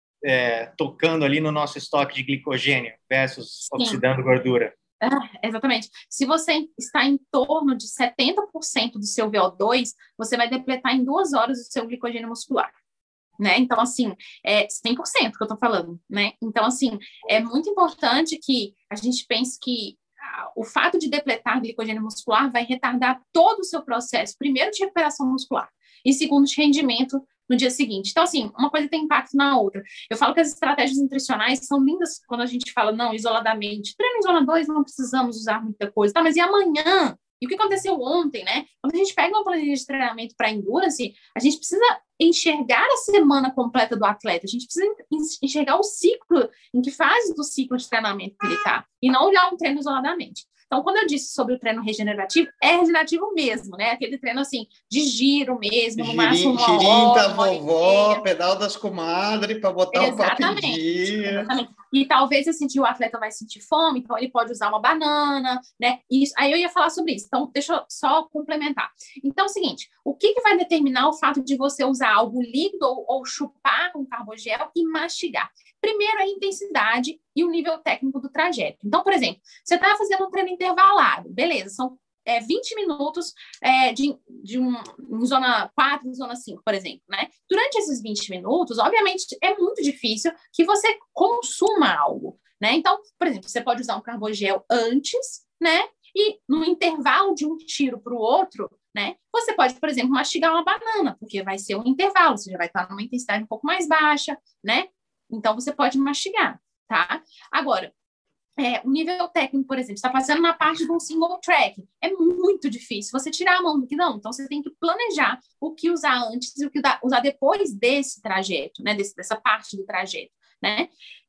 é, tocando ali no nosso estoque de glicogênio versus Sim. oxidando gordura. Ah, exatamente. Se você está em torno de setenta por cento do seu V O dois, você vai depletar em duas horas o seu glicogênio muscular. Né? Então, assim, é cem por cento que eu estou falando, né? Então, assim, é muito importante que a gente pense que o fato de depletar glicogênio muscular vai retardar todo o seu processo, primeiro de recuperação muscular e segundo de rendimento no dia seguinte. Então, assim, uma coisa tem impacto na outra. Eu falo que as estratégias nutricionais são lindas quando a gente fala, não, isoladamente. Treino em zona dois, não precisamos usar muita coisa. Tá, mas e amanhã? E o que aconteceu ontem, né? Quando a gente pega uma planilha de treinamento para endurance, a gente precisa enxergar a semana completa do atleta, a gente precisa enxergar o ciclo, em que fase do ciclo de treinamento que ele está, e não olhar um treino isoladamente. Então, quando eu disse sobre o treino regenerativo, é regenerativo mesmo, né? Aquele treino, assim, de giro mesmo, no máximo uma Girinta, hora, vovó, pedal das comadres, para botar exatamente, o papo em dia. Exatamente. E talvez, assim, o atleta vai sentir fome, então ele pode usar uma banana, né? Isso, aí eu ia falar sobre isso. Então, deixa eu só complementar. Então, é o seguinte, o que, que vai determinar o fato de você usar algo líquido ou, ou chupar um carbogel e mastigar? Primeiro, a intensidade e o nível técnico do trajeto. Então, por exemplo, você está fazendo um treino intervalado, beleza, são é, vinte minutos é, de, de um, em zona quatro, em zona cinco, por exemplo, né? Durante esses vinte minutos, obviamente, é muito difícil que você consuma algo, né? Então, por exemplo, você pode usar um carbogel antes, né? E no intervalo de um tiro para o outro, né? Você pode, por exemplo, mastigar uma banana, porque vai ser um intervalo, você já vai estar numa intensidade um pouco mais baixa, né? Então, você pode mastigar, tá? Agora, É, o nível técnico, por exemplo, está fazendo na parte de um single track. É muito difícil você tirar a mão do que não. Então, você tem que planejar o que usar antes e o que usar depois desse trajeto, né? Desse, dessa parte do trajeto, né?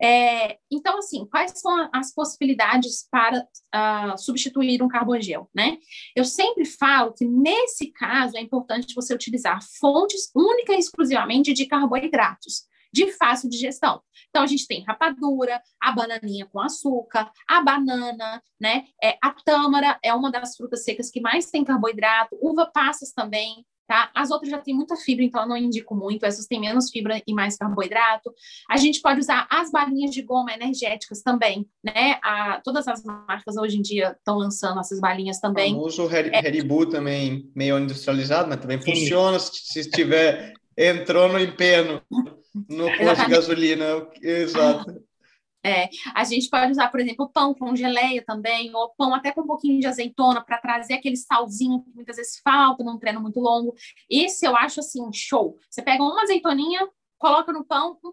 É, então, assim, quais são as possibilidades para uh, substituir um carbogel, né? Eu sempre falo que, nesse caso, é importante você utilizar fontes única e exclusivamente de carboidratos, de fácil digestão. Então, a gente tem rapadura, a bananinha com açúcar, a banana, né? É, a tâmara é uma das frutas secas que mais tem carboidrato, uva passas também, tá? As outras já têm muita fibra, então eu não indico muito, essas têm menos fibra e mais carboidrato. A gente pode usar as balinhas de goma energéticas também, né? A, todas as marcas hoje em dia estão lançando essas balinhas também. O famoso Haribo é, também, meio industrializado, mas também sim. Funciona se estiver, entrou no empeno. No posto de gasolina, exato. É, a gente pode usar, por exemplo, pão com geleia também, ou pão até com um pouquinho de azeitona para trazer aquele salzinho que muitas vezes falta num treino muito longo. Esse eu acho assim, show. Você pega uma azeitoninha, coloca no pão,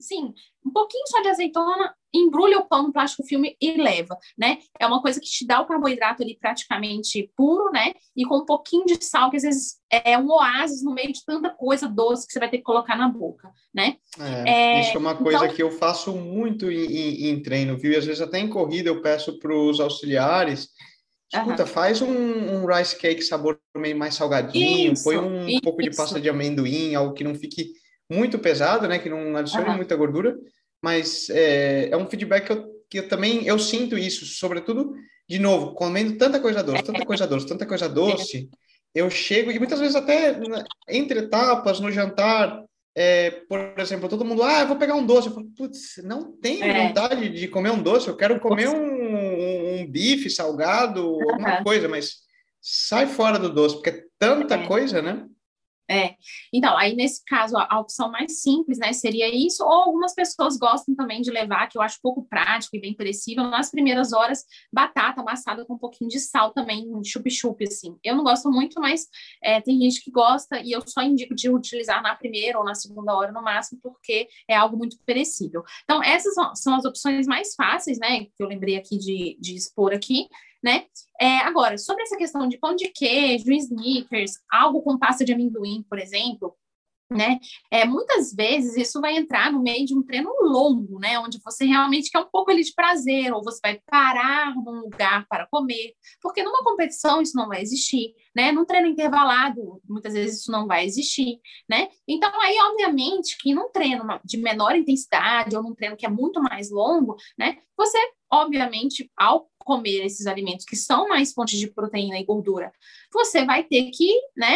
sim, um pouquinho só de azeitona, embrulha o pão no plástico filme e leva, né? É uma coisa que te dá o carboidrato ali praticamente puro, né? E com um pouquinho de sal, que às vezes é um oásis no meio de tanta coisa doce que você vai ter que colocar na boca, né? É, É, isso é uma coisa então, que eu faço muito em, em- em treino, viu? E às vezes até em corrida eu peço para os auxiliares, escuta, aham. faz um, um rice cake sabor meio mais salgadinho, põe Isso, um pouco de pasta isso, de amendoim, algo que não fique muito pesado, né? Que não adicione aham. muita gordura, mas é, é um feedback que eu, que eu também eu sinto isso, sobretudo, de novo, comendo tanta coisa doce, tanta coisa doce, tanta coisa É, doce, eu chego, e muitas vezes até né, entre etapas, no jantar, é, por exemplo, todo mundo, ah, eu vou pegar um doce. Eu falo, putz, não tenho é, vontade de comer um doce, eu quero comer um, um, um bife salgado, alguma aham. coisa, mas sai fora do doce, porque é tanta É. coisa, né? É, então, aí nesse caso, a, a opção mais simples, né, seria isso, ou algumas pessoas gostam também de levar, que eu acho pouco prático e bem perecível, nas primeiras horas, batata amassada com um pouquinho de sal também, um chup-chup, assim. Eu não gosto muito, mas é, tem gente que gosta, e eu só indico de utilizar na primeira ou na segunda hora no máximo, porque é algo muito perecível. Então, essas são, são as opções mais fáceis, né, que eu lembrei aqui de, de expor aqui, né? É, agora, sobre essa questão de pão de queijo, sneakers, algo com pasta de amendoim, por exemplo, né? É, muitas vezes isso vai entrar no meio de um treino longo, né? Onde você realmente quer um pouco ali de prazer, ou você vai parar num lugar para comer, porque numa competição isso não vai existir, né? Num treino intervalado, muitas vezes isso não vai existir, né? Então, aí, obviamente, que num treino de menor intensidade, ou num treino que é muito mais longo, né? Você, obviamente, ao comer esses alimentos que são mais fontes de proteína e gordura, você vai ter que,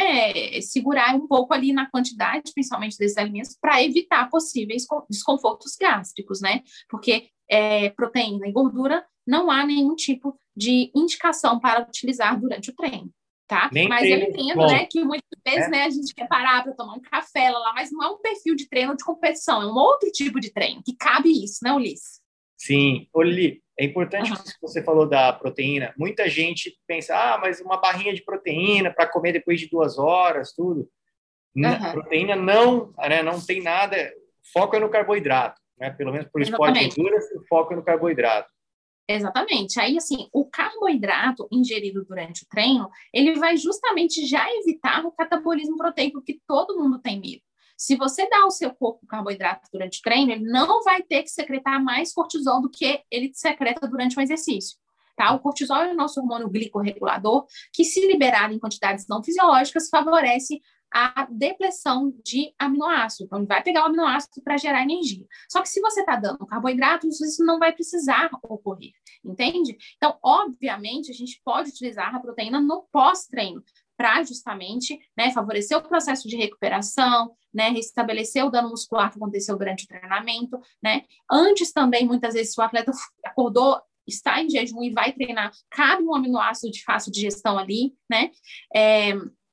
né, segurar um pouco ali na quantidade, principalmente desses alimentos, para evitar possíveis desconfortos gástricos, né? Porque é, proteína e gordura não há nenhum tipo de indicação para utilizar durante o treino, tá? Nem Mas eu treino entendo, né, longo, que muitas vezes, né? né, a gente quer parar para tomar um café lá, mas não é um perfil de treino de competição, é um outro tipo de treino que cabe isso, né, Ulisses? Sim, Oli, é importante Uhum. isso que você falou da proteína. Muita gente pensa, ah, mas uma barrinha de proteína para comer depois de duas horas, tudo. Na, Uhum. proteína não, né, não tem nada. O foco é no carboidrato, né? Pelo menos para o esporte Exatamente. endurance, o foco é no carboidrato. Exatamente. Aí, assim, o carboidrato ingerido durante o treino, ele vai justamente já evitar o catabolismo proteico que todo mundo tem medo. Se você dá ao seu corpo carboidrato durante o treino, ele não vai ter que secretar mais cortisol do que ele secreta durante o exercício. Tá? O cortisol é o nosso hormônio glicorregulador, que, se liberado em quantidades não fisiológicas, favorece a depressão de aminoácido. Então, ele vai pegar o aminoácido para gerar energia. Só que se você está dando carboidratos, isso não vai precisar ocorrer, entende? Então, obviamente, a gente pode utilizar a proteína no pós-treino, para justamente, né, favorecer o processo de recuperação, né, restabelecer o dano muscular que aconteceu durante o treinamento, né? Antes também, muitas vezes, se o atleta acordou, está em jejum e vai treinar, cabe um aminoácido de fácil digestão ali, né? É,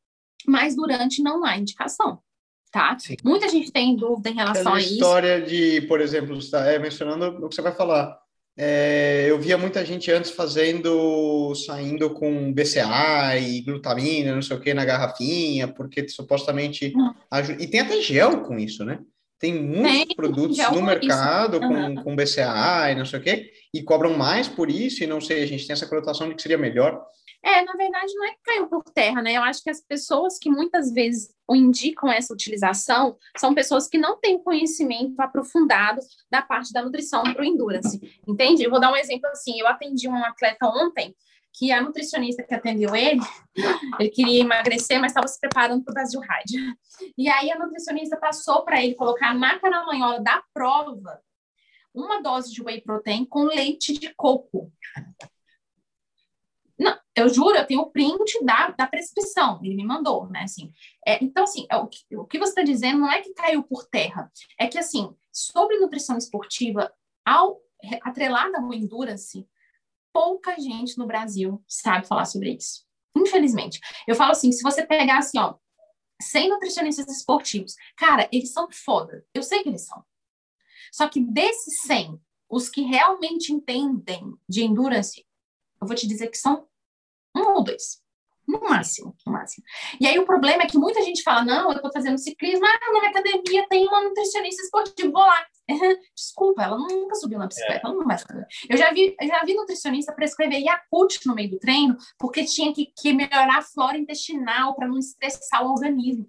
mas durante não há indicação, tá? Sim. Muita gente tem dúvida em relação Aquela a isso. história de, por exemplo, você está é, mencionando o que você vai falar. É, eu via muita gente antes fazendo, saindo com B C A e glutamina, não sei o que, na garrafinha, porque supostamente ajuda. E tem até gel com isso, né? Tem muitos Tem produtos gel no com isso. mercado Uhum. com, com B C A e não sei o que, e cobram mais por isso, e não sei, a gente tem essa conotação de que seria melhor. É, na verdade, não é que caiu por terra, né? Eu acho que as pessoas que muitas vezes indicam essa utilização são pessoas que não têm conhecimento aprofundado da parte da nutrição para o endurance, entende? Eu vou dar um exemplo assim, eu atendi um atleta ontem que a nutricionista que atendeu ele, ele queria emagrecer, mas estava se preparando para o Brasil Ride. E aí a nutricionista passou para ele colocar na caramanhola da prova uma dose de whey protein com leite de coco. Não, eu juro, eu tenho o print da, da prescrição, ele me mandou, né, assim. É, então, assim, é, o, que, o que você está dizendo não é que caiu por terra, é que, assim, sobre nutrição esportiva, ao atrelada ao endurance, pouca gente no Brasil sabe falar sobre isso, infelizmente. Eu falo assim, se você pegar, assim, ó, cem nutricionistas esportivos, cara, eles são foda, eu sei que eles são. Só que desses cem, os que realmente entendem de endurance, eu vou te dizer que são um ou dois. No máximo, no máximo. E aí o problema é que muita gente fala, não, eu tô fazendo ciclismo, ah, na minha academia tem uma nutricionista esportiva, vou lá. Desculpa, ela nunca subiu na bicicleta, ela não vai fazer. Eu já vi, eu já vi nutricionista prescrever Yakult no meio do treino, porque tinha que, que melhorar a flora intestinal para não estressar o organismo.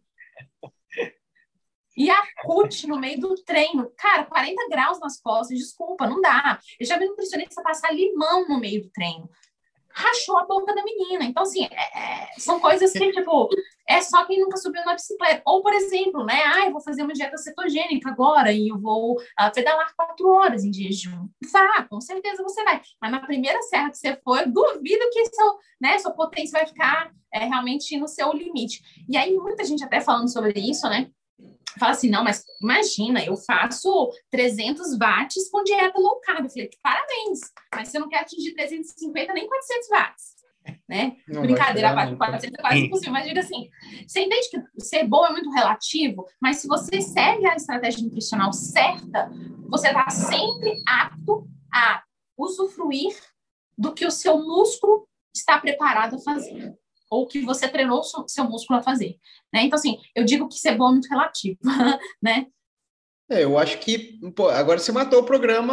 Yakult no meio do treino. Cara, quarenta graus nas costas, desculpa, não dá. Eu já vi nutricionista passar limão no meio do treino. Rachou a boca da menina. Então, assim, é, é, são coisas que, tipo, é só quem nunca subiu na bicicleta. Ou, por exemplo, né? Ah, eu vou fazer uma dieta cetogênica agora e eu vou uh, pedalar quatro horas em jejum. Vá, com certeza você vai. Mas na primeira serra que você for, eu duvido que seu, né, sua potência vai ficar é, realmente no seu limite. E aí, muita gente até falando sobre isso, né? Fala assim, não, mas imagina, eu faço trezentos watts com dieta low carb. Eu falei, parabéns, mas você não quer atingir trezentos e cinquenta nem quatrocentos watts, né? Não brincadeira, a quatrocentos é quase impossível, mas diga assim, você entende que ser bom é muito relativo, mas se você segue a estratégia nutricional certa, você está sempre apto a usufruir do que o seu músculo está preparado a fazer, ou que você treinou o seu músculo a fazer, né? Então, assim, eu digo que ser bom é muito relativo, né? É, eu acho que, pô, agora você matou o programa,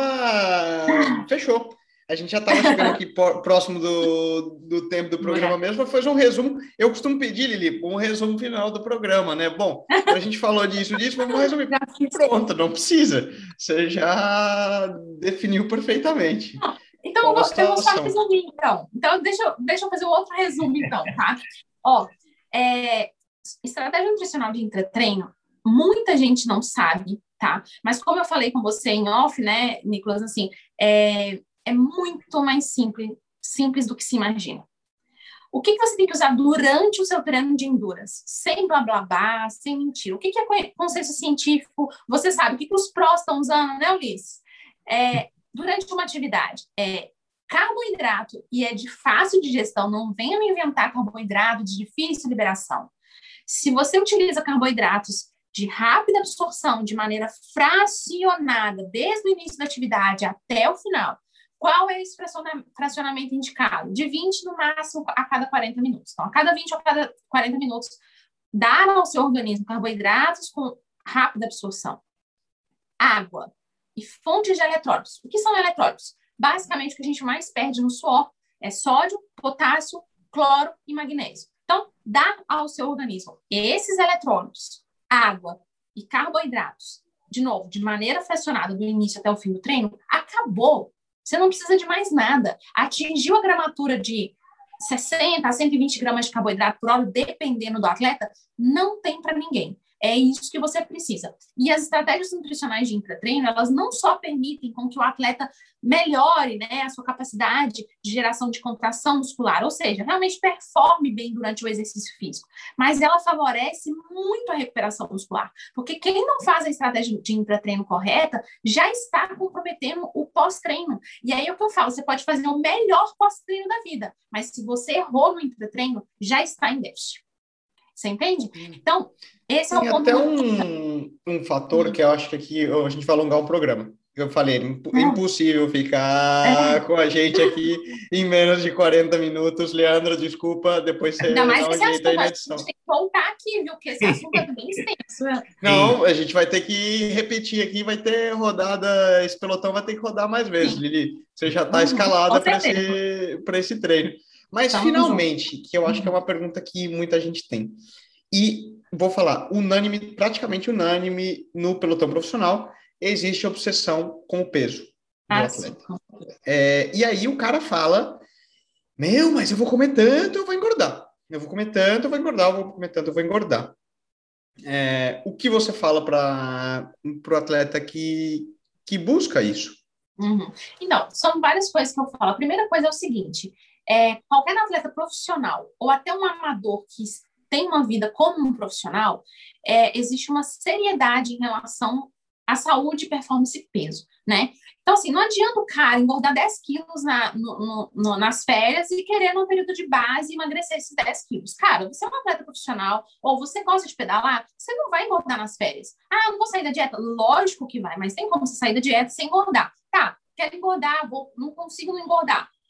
fechou. A gente já estava chegando aqui próximo do, do tempo do programa mesmo, mas foi um resumo. Eu costumo pedir, Lili, um resumo final do programa, né? Bom, a gente falou disso, disso, vamos resumir. Pronto, não precisa. Você já definiu perfeitamente. Então, eu vou, eu vou só resumir, então. Então, deixa, deixa eu fazer um outro resumo, então, tá? Ó, é, estratégia nutricional de intratreino, muita gente não sabe, tá? Mas como eu falei com você em off, né, Nicolas, assim, é, é muito mais simples, simples do que se imagina. O que, que você tem que usar durante o seu treino de endurance? Sem blá, blá, blá, sem mentira. O que, que é consenso científico? Você sabe o que, que os prós estão usando, né, Ulisses? É... Durante uma atividade, é carboidrato e é de fácil digestão, não venha me inventar carboidrato de difícil liberação. Se você utiliza carboidratos de rápida absorção, de maneira fracionada, desde o início da atividade até o final, qual é esse fracionamento indicado? De vinte no máximo a cada quarenta minutos. Então, a cada vinte ou a cada quarenta minutos, dar ao seu organismo carboidratos com rápida absorção. Água e fontes de eletrólitos. O que são eletrólitos? Basicamente, o que a gente mais perde no suor é sódio, potássio, cloro e magnésio. Então, dá ao seu organismo esses eletrólitos, água e carboidratos, de novo, de maneira fracionada do início até o fim do treino, acabou. Você não precisa de mais nada. Atingiu a gramatura de sessenta a cento e vinte gramas de carboidrato por hora, dependendo do atleta, não tem para ninguém. É isso que você precisa. E as estratégias nutricionais de intratreino, elas não só permitem com que o atleta melhore, né, a sua capacidade de geração de contração muscular, ou seja, realmente performe bem durante o exercício físico, mas ela favorece muito a recuperação muscular, porque quem não faz a estratégia de intratreino correta já está comprometendo o pós-treino. E aí é o que eu falo, você pode fazer o melhor pós-treino da vida, mas se você errou no intratreino, já está em déficit. Você entende? Então, esse é Tem o ponto. Tem até um, um fator que eu acho que aqui a gente vai alongar o programa. Eu falei, é impossível ficar é. com a gente aqui em menos de quarenta minutos. Leandro, desculpa, depois você Ainda mais dá um esse jeito assunto, aí na a edição. gente tem que voltar aqui, viu? Porque esse assunto é bem extenso. Não, a gente vai ter que repetir aqui, vai ter rodada, esse pelotão vai ter que rodar mais vezes, Lili. Você já está escalada para esse, para esse treino. Mas, Tamo finalmente, junto. Que eu acho que é uma pergunta que muita gente tem. E vou falar, unânime, praticamente unânime no pelotão profissional, existe obsessão com o peso do ah, atleta. É, e aí o cara fala, meu, mas eu vou comer tanto, eu vou engordar. Eu vou comer tanto, eu vou engordar, eu vou comer tanto, eu vou engordar. É, o que você fala para o atleta que, que busca isso? Uhum. Então, são várias coisas que eu falo. A primeira coisa é o seguinte, é, qualquer atleta profissional ou até um amador que tem uma vida como um profissional, é, existe uma seriedade em relação à saúde, performance e peso, né? Então, assim, não adianta o cara engordar dez quilos na, no, no, nas férias e querer, no período de base, emagrecer esses dez quilos. Cara, você é um atleta profissional ou você gosta de pedalar, você não vai engordar nas férias. Ah, não vou sair da dieta? Lógico que vai, mas tem como você sair da dieta sem engordar. Tá, quero engordar, vou, não consigo não engordar.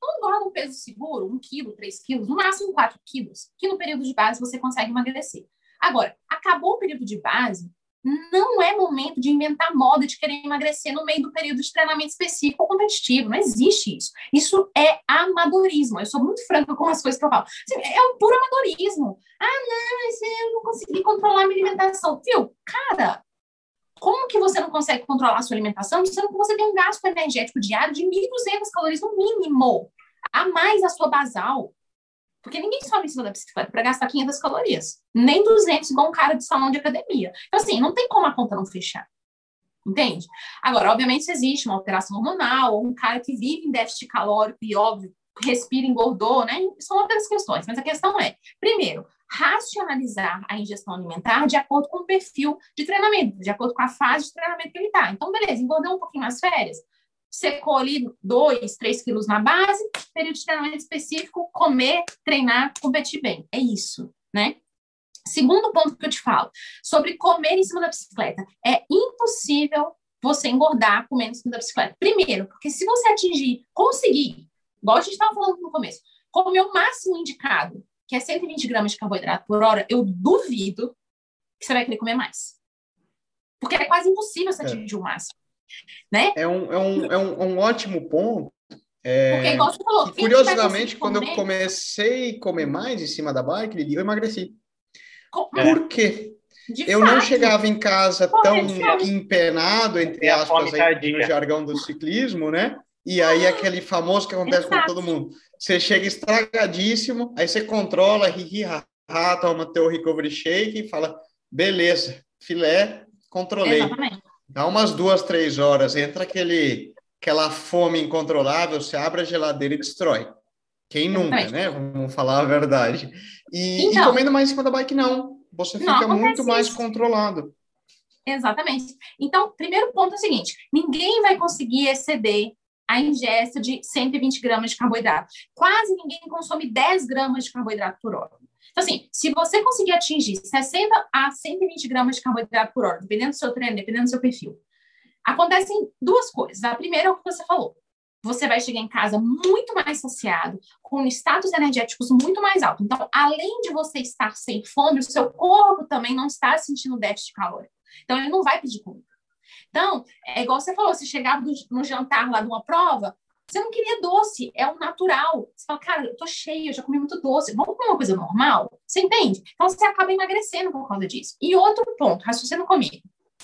Não engorda um peso seguro, um quilo, três quilos, no máximo quatro quilos, que no período de base você consegue emagrecer. Agora, acabou o período de base, não é momento de inventar moda de querer emagrecer no meio do período de treinamento específico ou competitivo. Não existe isso. Isso é amadorismo. Eu sou muito franca com as coisas que eu falo. Assim, é um puro amadorismo. Ah, não, mas eu não consegui controlar a minha alimentação. Viu? Cara, como que você não consegue controlar a sua alimentação sendo que você tem um gasto energético diário de mil e duzentas calorias no mínimo, a mais da sua basal? Porque ninguém sobe em cima da bicicleta para gastar quinhentas calorias. Nem duzentas, igual um cara de salão de academia. Então, assim, não tem como a conta não fechar. Entende? Agora, obviamente, se existe uma alteração hormonal, ou um cara que vive em déficit calórico e, óbvio, respira, engordou, né? São outras questões. Mas a questão é, primeiro, racionalizar a ingestão alimentar de acordo com o perfil de treinamento, de acordo com a fase de treinamento que ele está. Então, beleza, engordou um pouquinho nas férias, secou ali dois, três quilos na base, período de treinamento específico, comer, treinar, competir bem. É isso, né? Segundo ponto que eu te falo, sobre comer em cima da bicicleta. É impossível você engordar comendo em cima da bicicleta. Primeiro, porque se você atingir, conseguir, igual a gente estava falando no começo, comer o máximo indicado, que é cento e vinte gramas de carboidrato por hora, eu duvido que você vai querer comer mais. Porque é quase impossível você atingir é. o máximo. Né? É, um, é, um, é um, um ótimo ponto. É, Porque, igual você falou, que, curiosamente, quando comer... eu comecei a comer mais em cima da bike, eu emagreci. Com... Por quê? De eu fato. Não chegava em casa tão empenado, entre aspas, aí, no jargão do ciclismo, né? E aí aquele famoso que acontece Exato. Com todo mundo. Você chega estragadíssimo, aí você controla, ri, ri, ha, ha, toma teu recovery shake e fala, beleza, filé, controlei. Exatamente. Dá umas duas, três horas, entra aquele, aquela fome incontrolável, você abre a geladeira e destrói. Quem nunca, né? Vamos falar a verdade. E, então, e comendo mais em cima da bike, não. Você fica muito mais isso. controlado. Exatamente. Então, primeiro ponto é o seguinte, ninguém vai conseguir exceder a ingesta de cento e vinte gramas de carboidrato. Quase ninguém consome dez gramas de carboidrato por hora. Então, assim, se você conseguir atingir sessenta a cento e vinte gramas de carboidrato por hora, dependendo do seu treino, dependendo do seu perfil, acontecem duas coisas. A primeira é o que você falou. Você vai chegar em casa muito mais saciado, com status energéticos muito mais alto. Então, além de você estar sem fome, o seu corpo também não está sentindo déficit calórico. Então, ele não vai pedir comida. Então, é igual você falou, você chegava no jantar lá de uma prova, você não queria doce, é o natural. Você fala, cara, eu tô cheia, eu já comi muito doce, vamos comer uma coisa normal? Você entende? Então, você acaba emagrecendo por causa disso. E outro ponto, raciocina comigo.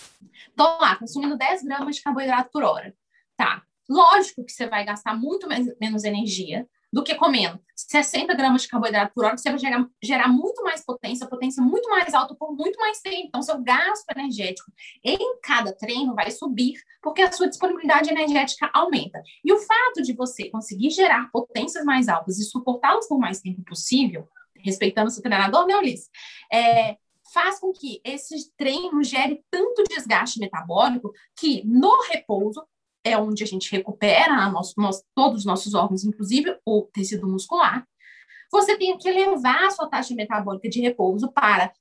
Tô lá, consumindo dez gramas de carboidrato por hora. Tá. Lógico que você vai gastar muito mais, menos energia do que comendo sessenta gramas de carboidrato por hora, que você vai gerar, gerar muito mais potência, potência muito mais alta por muito mais tempo. Então, seu gasto energético em cada treino vai subir, porque a sua disponibilidade energética aumenta. E o fato de você conseguir gerar potências mais altas e suportá-las por mais tempo possível, respeitando o seu treinador, né, Ulisses? É, faz com que esse treino gere tanto desgaste metabólico que no repouso é onde a gente recupera nosso, nosso, todos os nossos órgãos, inclusive o tecido muscular, você tem que elevar a sua taxa metabólica de repouso para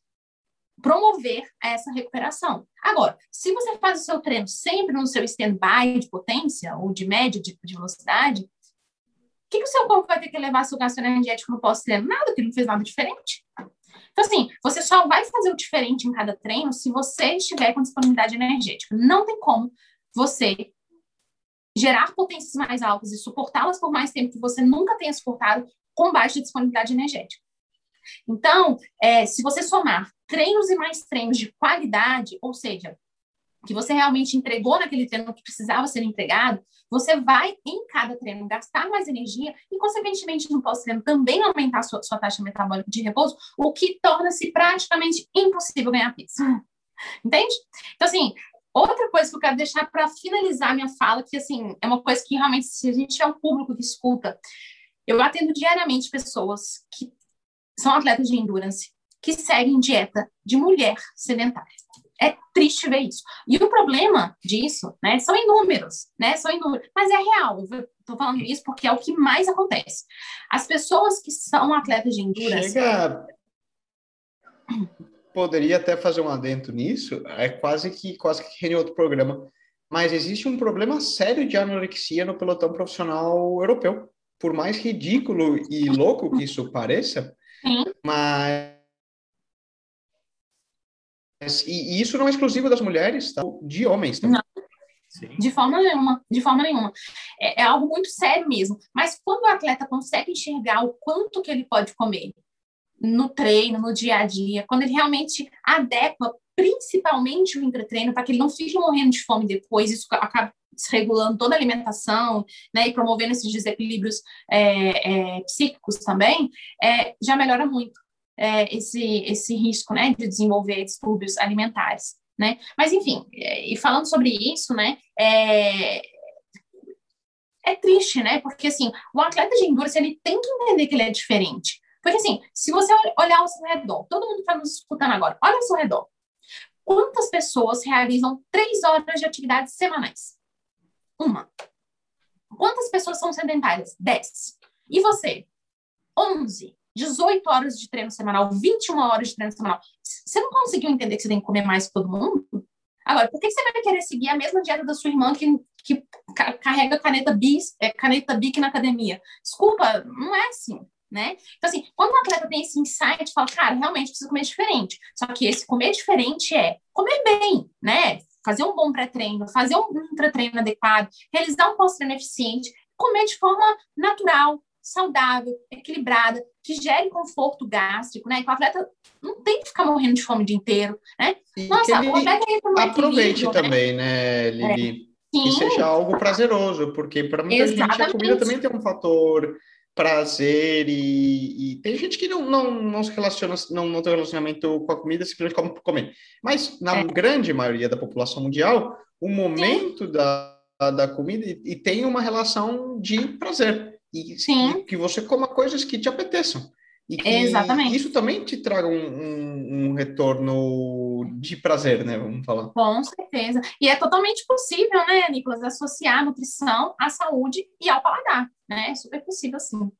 promover essa recuperação. Agora, se você faz o seu treino sempre no seu stand-by de potência ou de média de, de velocidade, o que, que o seu corpo vai ter que elevar seu gasto energético no pós-treino? Nada, que ele não fez nada diferente. Então, assim, você só vai fazer o diferente em cada treino se você estiver com disponibilidade energética. Não tem como você gerar potências mais altas e suportá-las por mais tempo que você nunca tenha suportado com baixa disponibilidade energética. Então, é, se você somar treinos e mais treinos de qualidade, ou seja, que você realmente entregou naquele treino que precisava ser entregado, você vai, em cada treino, gastar mais energia e, consequentemente, no pós-treino também aumentar a sua, sua taxa metabólica de repouso, o que torna-se praticamente impossível ganhar peso. Entende? Então, assim, outra coisa que eu quero deixar para finalizar minha fala, que, assim, é uma coisa que realmente, se a gente tiver um público que escuta, eu atendo diariamente pessoas que são atletas de endurance, que seguem dieta de mulher sedentária. É triste ver isso. E o problema disso, né, são inúmeros, né, são inúmeros, mas é real. Eu tô falando isso porque é o que mais acontece. As pessoas que são atletas de endurance... Chega... Poderia até fazer um adendo nisso, é quase que, quase que em outro programa, mas existe um problema sério de anorexia no pelotão profissional europeu. por mais ridículo e louco que isso pareça, Sim. mas e, e isso não é exclusivo das mulheres, tá? De homens também. Não. De forma nenhuma, de forma nenhuma. É, é algo muito sério mesmo. Mas quando o atleta consegue enxergar o quanto que ele pode comer no treino, no dia a dia, quando ele realmente adequa principalmente o intratreino para que ele não fique morrendo de fome depois, isso acaba desregulando toda a alimentação, né, e promovendo esses desequilíbrios é, é, psíquicos também, é, já melhora muito é, esse, esse risco, né, de desenvolver distúrbios alimentares. Né? Mas, enfim, e falando sobre isso, né, é, é triste, né, porque, assim, o atleta de endurance, ele tem que entender que ele é diferente, porque, assim, se você olhar ao seu redor, todo mundo que está nos escutando agora, olha ao seu redor, quantas pessoas realizam três horas de atividades semanais? Uma. Quantas pessoas são sedentárias? Dez. E você? Onze. dezoito horas de treino semanal, vinte e uma horas de treino semanal. Você não conseguiu entender que você tem que comer mais que todo mundo? Agora, por que você vai querer seguir a mesma dieta da sua irmã que, que carrega caneta bis, é, caneta Bic na academia? Desculpa, não é assim, né? Então, assim, quando o atleta tem esse insight, fala, cara, realmente preciso comer diferente. Só que esse comer diferente é comer bem, né? Fazer um bom pré-treino, fazer um intra-treino adequado, realizar um pós-treino eficiente, comer de forma natural, saudável, equilibrada, que gere conforto gástrico, né? Que o atleta não tem que ficar morrendo de fome o dia inteiro, né? E Nossa, que ele um aproveite também, né, Lili? É. Que seja algo prazeroso, porque para muita Exatamente. gente a comida também tem um fator prazer e, e tem gente que não, não, não se relaciona, não, não tem relacionamento com a comida, simplesmente come por comer. Mas na É. grande maioria da população mundial, o momento da, da comida e, e tem uma relação de prazer. E, e que você coma coisas que te apeteçam. E que Exatamente. isso também te traga um, um, um retorno de prazer, né? Vamos falar. Com certeza. E é totalmente possível, né, Nicolas, associar a nutrição à saúde e ao paladar, né? É super possível, sim.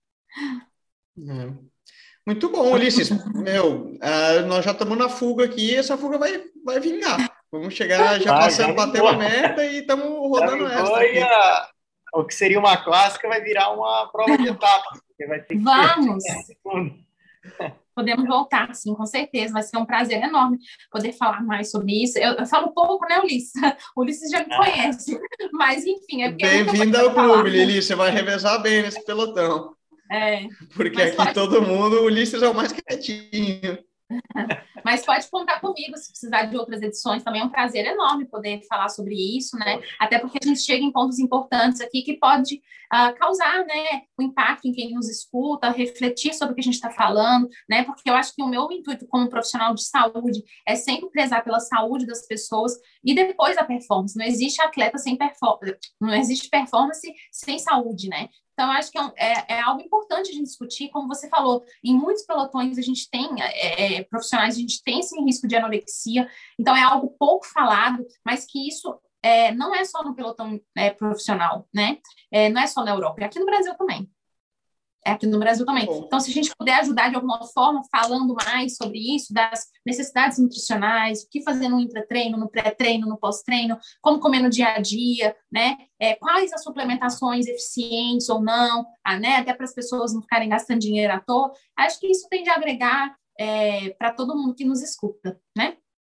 É. Muito bom, Ulisses. Meu, uh, nós já estamos na fuga aqui e essa fuga vai, vai vingar. Vamos chegar já ah, passando, já batendo a meta e estamos rodando essa aqui. A... O que seria uma clássica vai virar uma prova de etapas. Vai ter que Vamos! ter... Podemos voltar, sim, com certeza. Vai ser um prazer enorme poder falar mais sobre isso. Eu, eu falo pouco, né, Ulisses? O Ulisses já me conhece. Mas, enfim, é porque... Bem-vinda ao clube, Lili. Você vai revezar bem nesse pelotão. É. Porque aqui pode... todo mundo, o Ulisses é o mais quietinho. Mas pode contar comigo se precisar de outras edições. Também é um prazer enorme poder falar sobre isso, né? Até porque a gente chega em pontos importantes aqui que pode uh, causar, né, um impacto em quem nos escuta, refletir sobre o que a gente está falando, né? Porque eu acho que o meu intuito como profissional de saúde é sempre prezar pela saúde das pessoas e depois da performance. Não existe atleta sem performance, não existe performance sem saúde, né? Então, acho que é, um, é, é algo importante a gente discutir, como você falou, em muitos pelotões a gente tem, é, é, profissionais, a gente tem esse risco de anorexia, então é algo pouco falado, mas que isso é, não é só no pelotão é, profissional, né? É, não é só na Europa, é aqui no Brasil também. É aqui no Brasil também. Então, se a gente puder ajudar de alguma forma, falando mais sobre isso, das necessidades nutricionais, o que fazer no intratreino, no pré-treino, no pós-treino, como comer no dia a dia, né? É, quais as suplementações eficientes ou não, ah, né? Até para as pessoas não ficarem gastando dinheiro à toa. Acho que isso tem de agregar é, para todo mundo que nos escuta, né?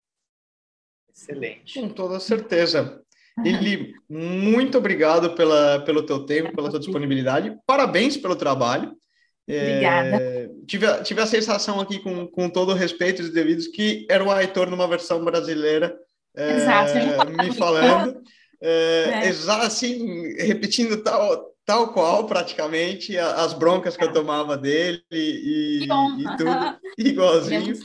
Excelente. Com toda certeza. Lili, muito obrigado pela, pelo teu tempo, pela tua disponibilidade. Parabéns pelo trabalho. Obrigada. É, tive, a, tive a sensação aqui, com, com todo o respeito e os devidos, que era o Aitor numa versão brasileira é, Exato, me falando. É, é. Exa, assim, repetindo tal, tal qual, praticamente, as broncas que eu tomava dele e, e tudo igualzinho.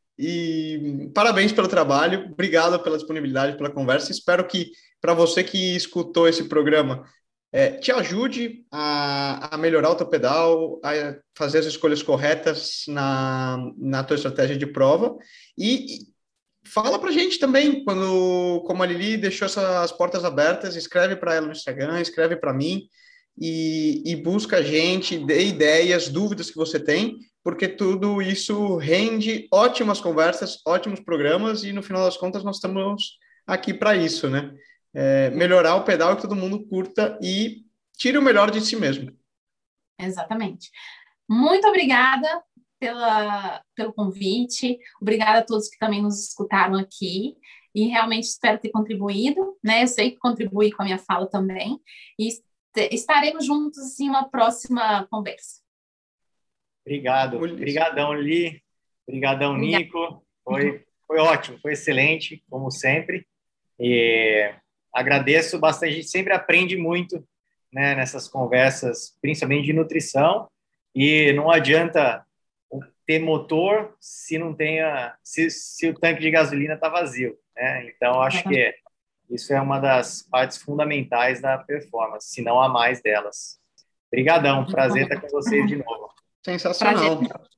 E parabéns pelo trabalho, obrigado pela disponibilidade, pela conversa. Espero que, para você que escutou esse programa, é, te ajude a, a melhorar o teu pedal, a fazer as escolhas corretas na, na tua estratégia de prova. E, e fala para a gente também, quando, como a Lili deixou essas portas abertas, escreve para ela no Instagram, escreve para mim e, e busca a gente, dê ideias, dúvidas que você tem, porque tudo isso rende ótimas conversas, ótimos programas, e no final das contas nós estamos aqui para isso, né? É, melhorar o pedal, que todo mundo curta e tire o melhor de si mesmo. Exatamente. Muito obrigada pela, pelo convite, obrigada a todos que também nos escutaram aqui, e realmente espero ter contribuído, né? Eu sei que contribuí com a minha fala também, e estaremos juntos em uma próxima conversa. Obrigado. Obrigadão, Li. Obrigadão, Nico. Foi, foi ótimo, foi excelente, como sempre. E agradeço bastante. A gente sempre aprende muito, né, nessas conversas, principalmente de nutrição. E não adianta ter motor se não tenha, se, se o tanque de gasolina está vazio, né? Então, acho que isso é uma das partes fundamentais da performance, se não a mais delas. Obrigadão, prazer estar com vocês de novo. Sensacional. Prazer.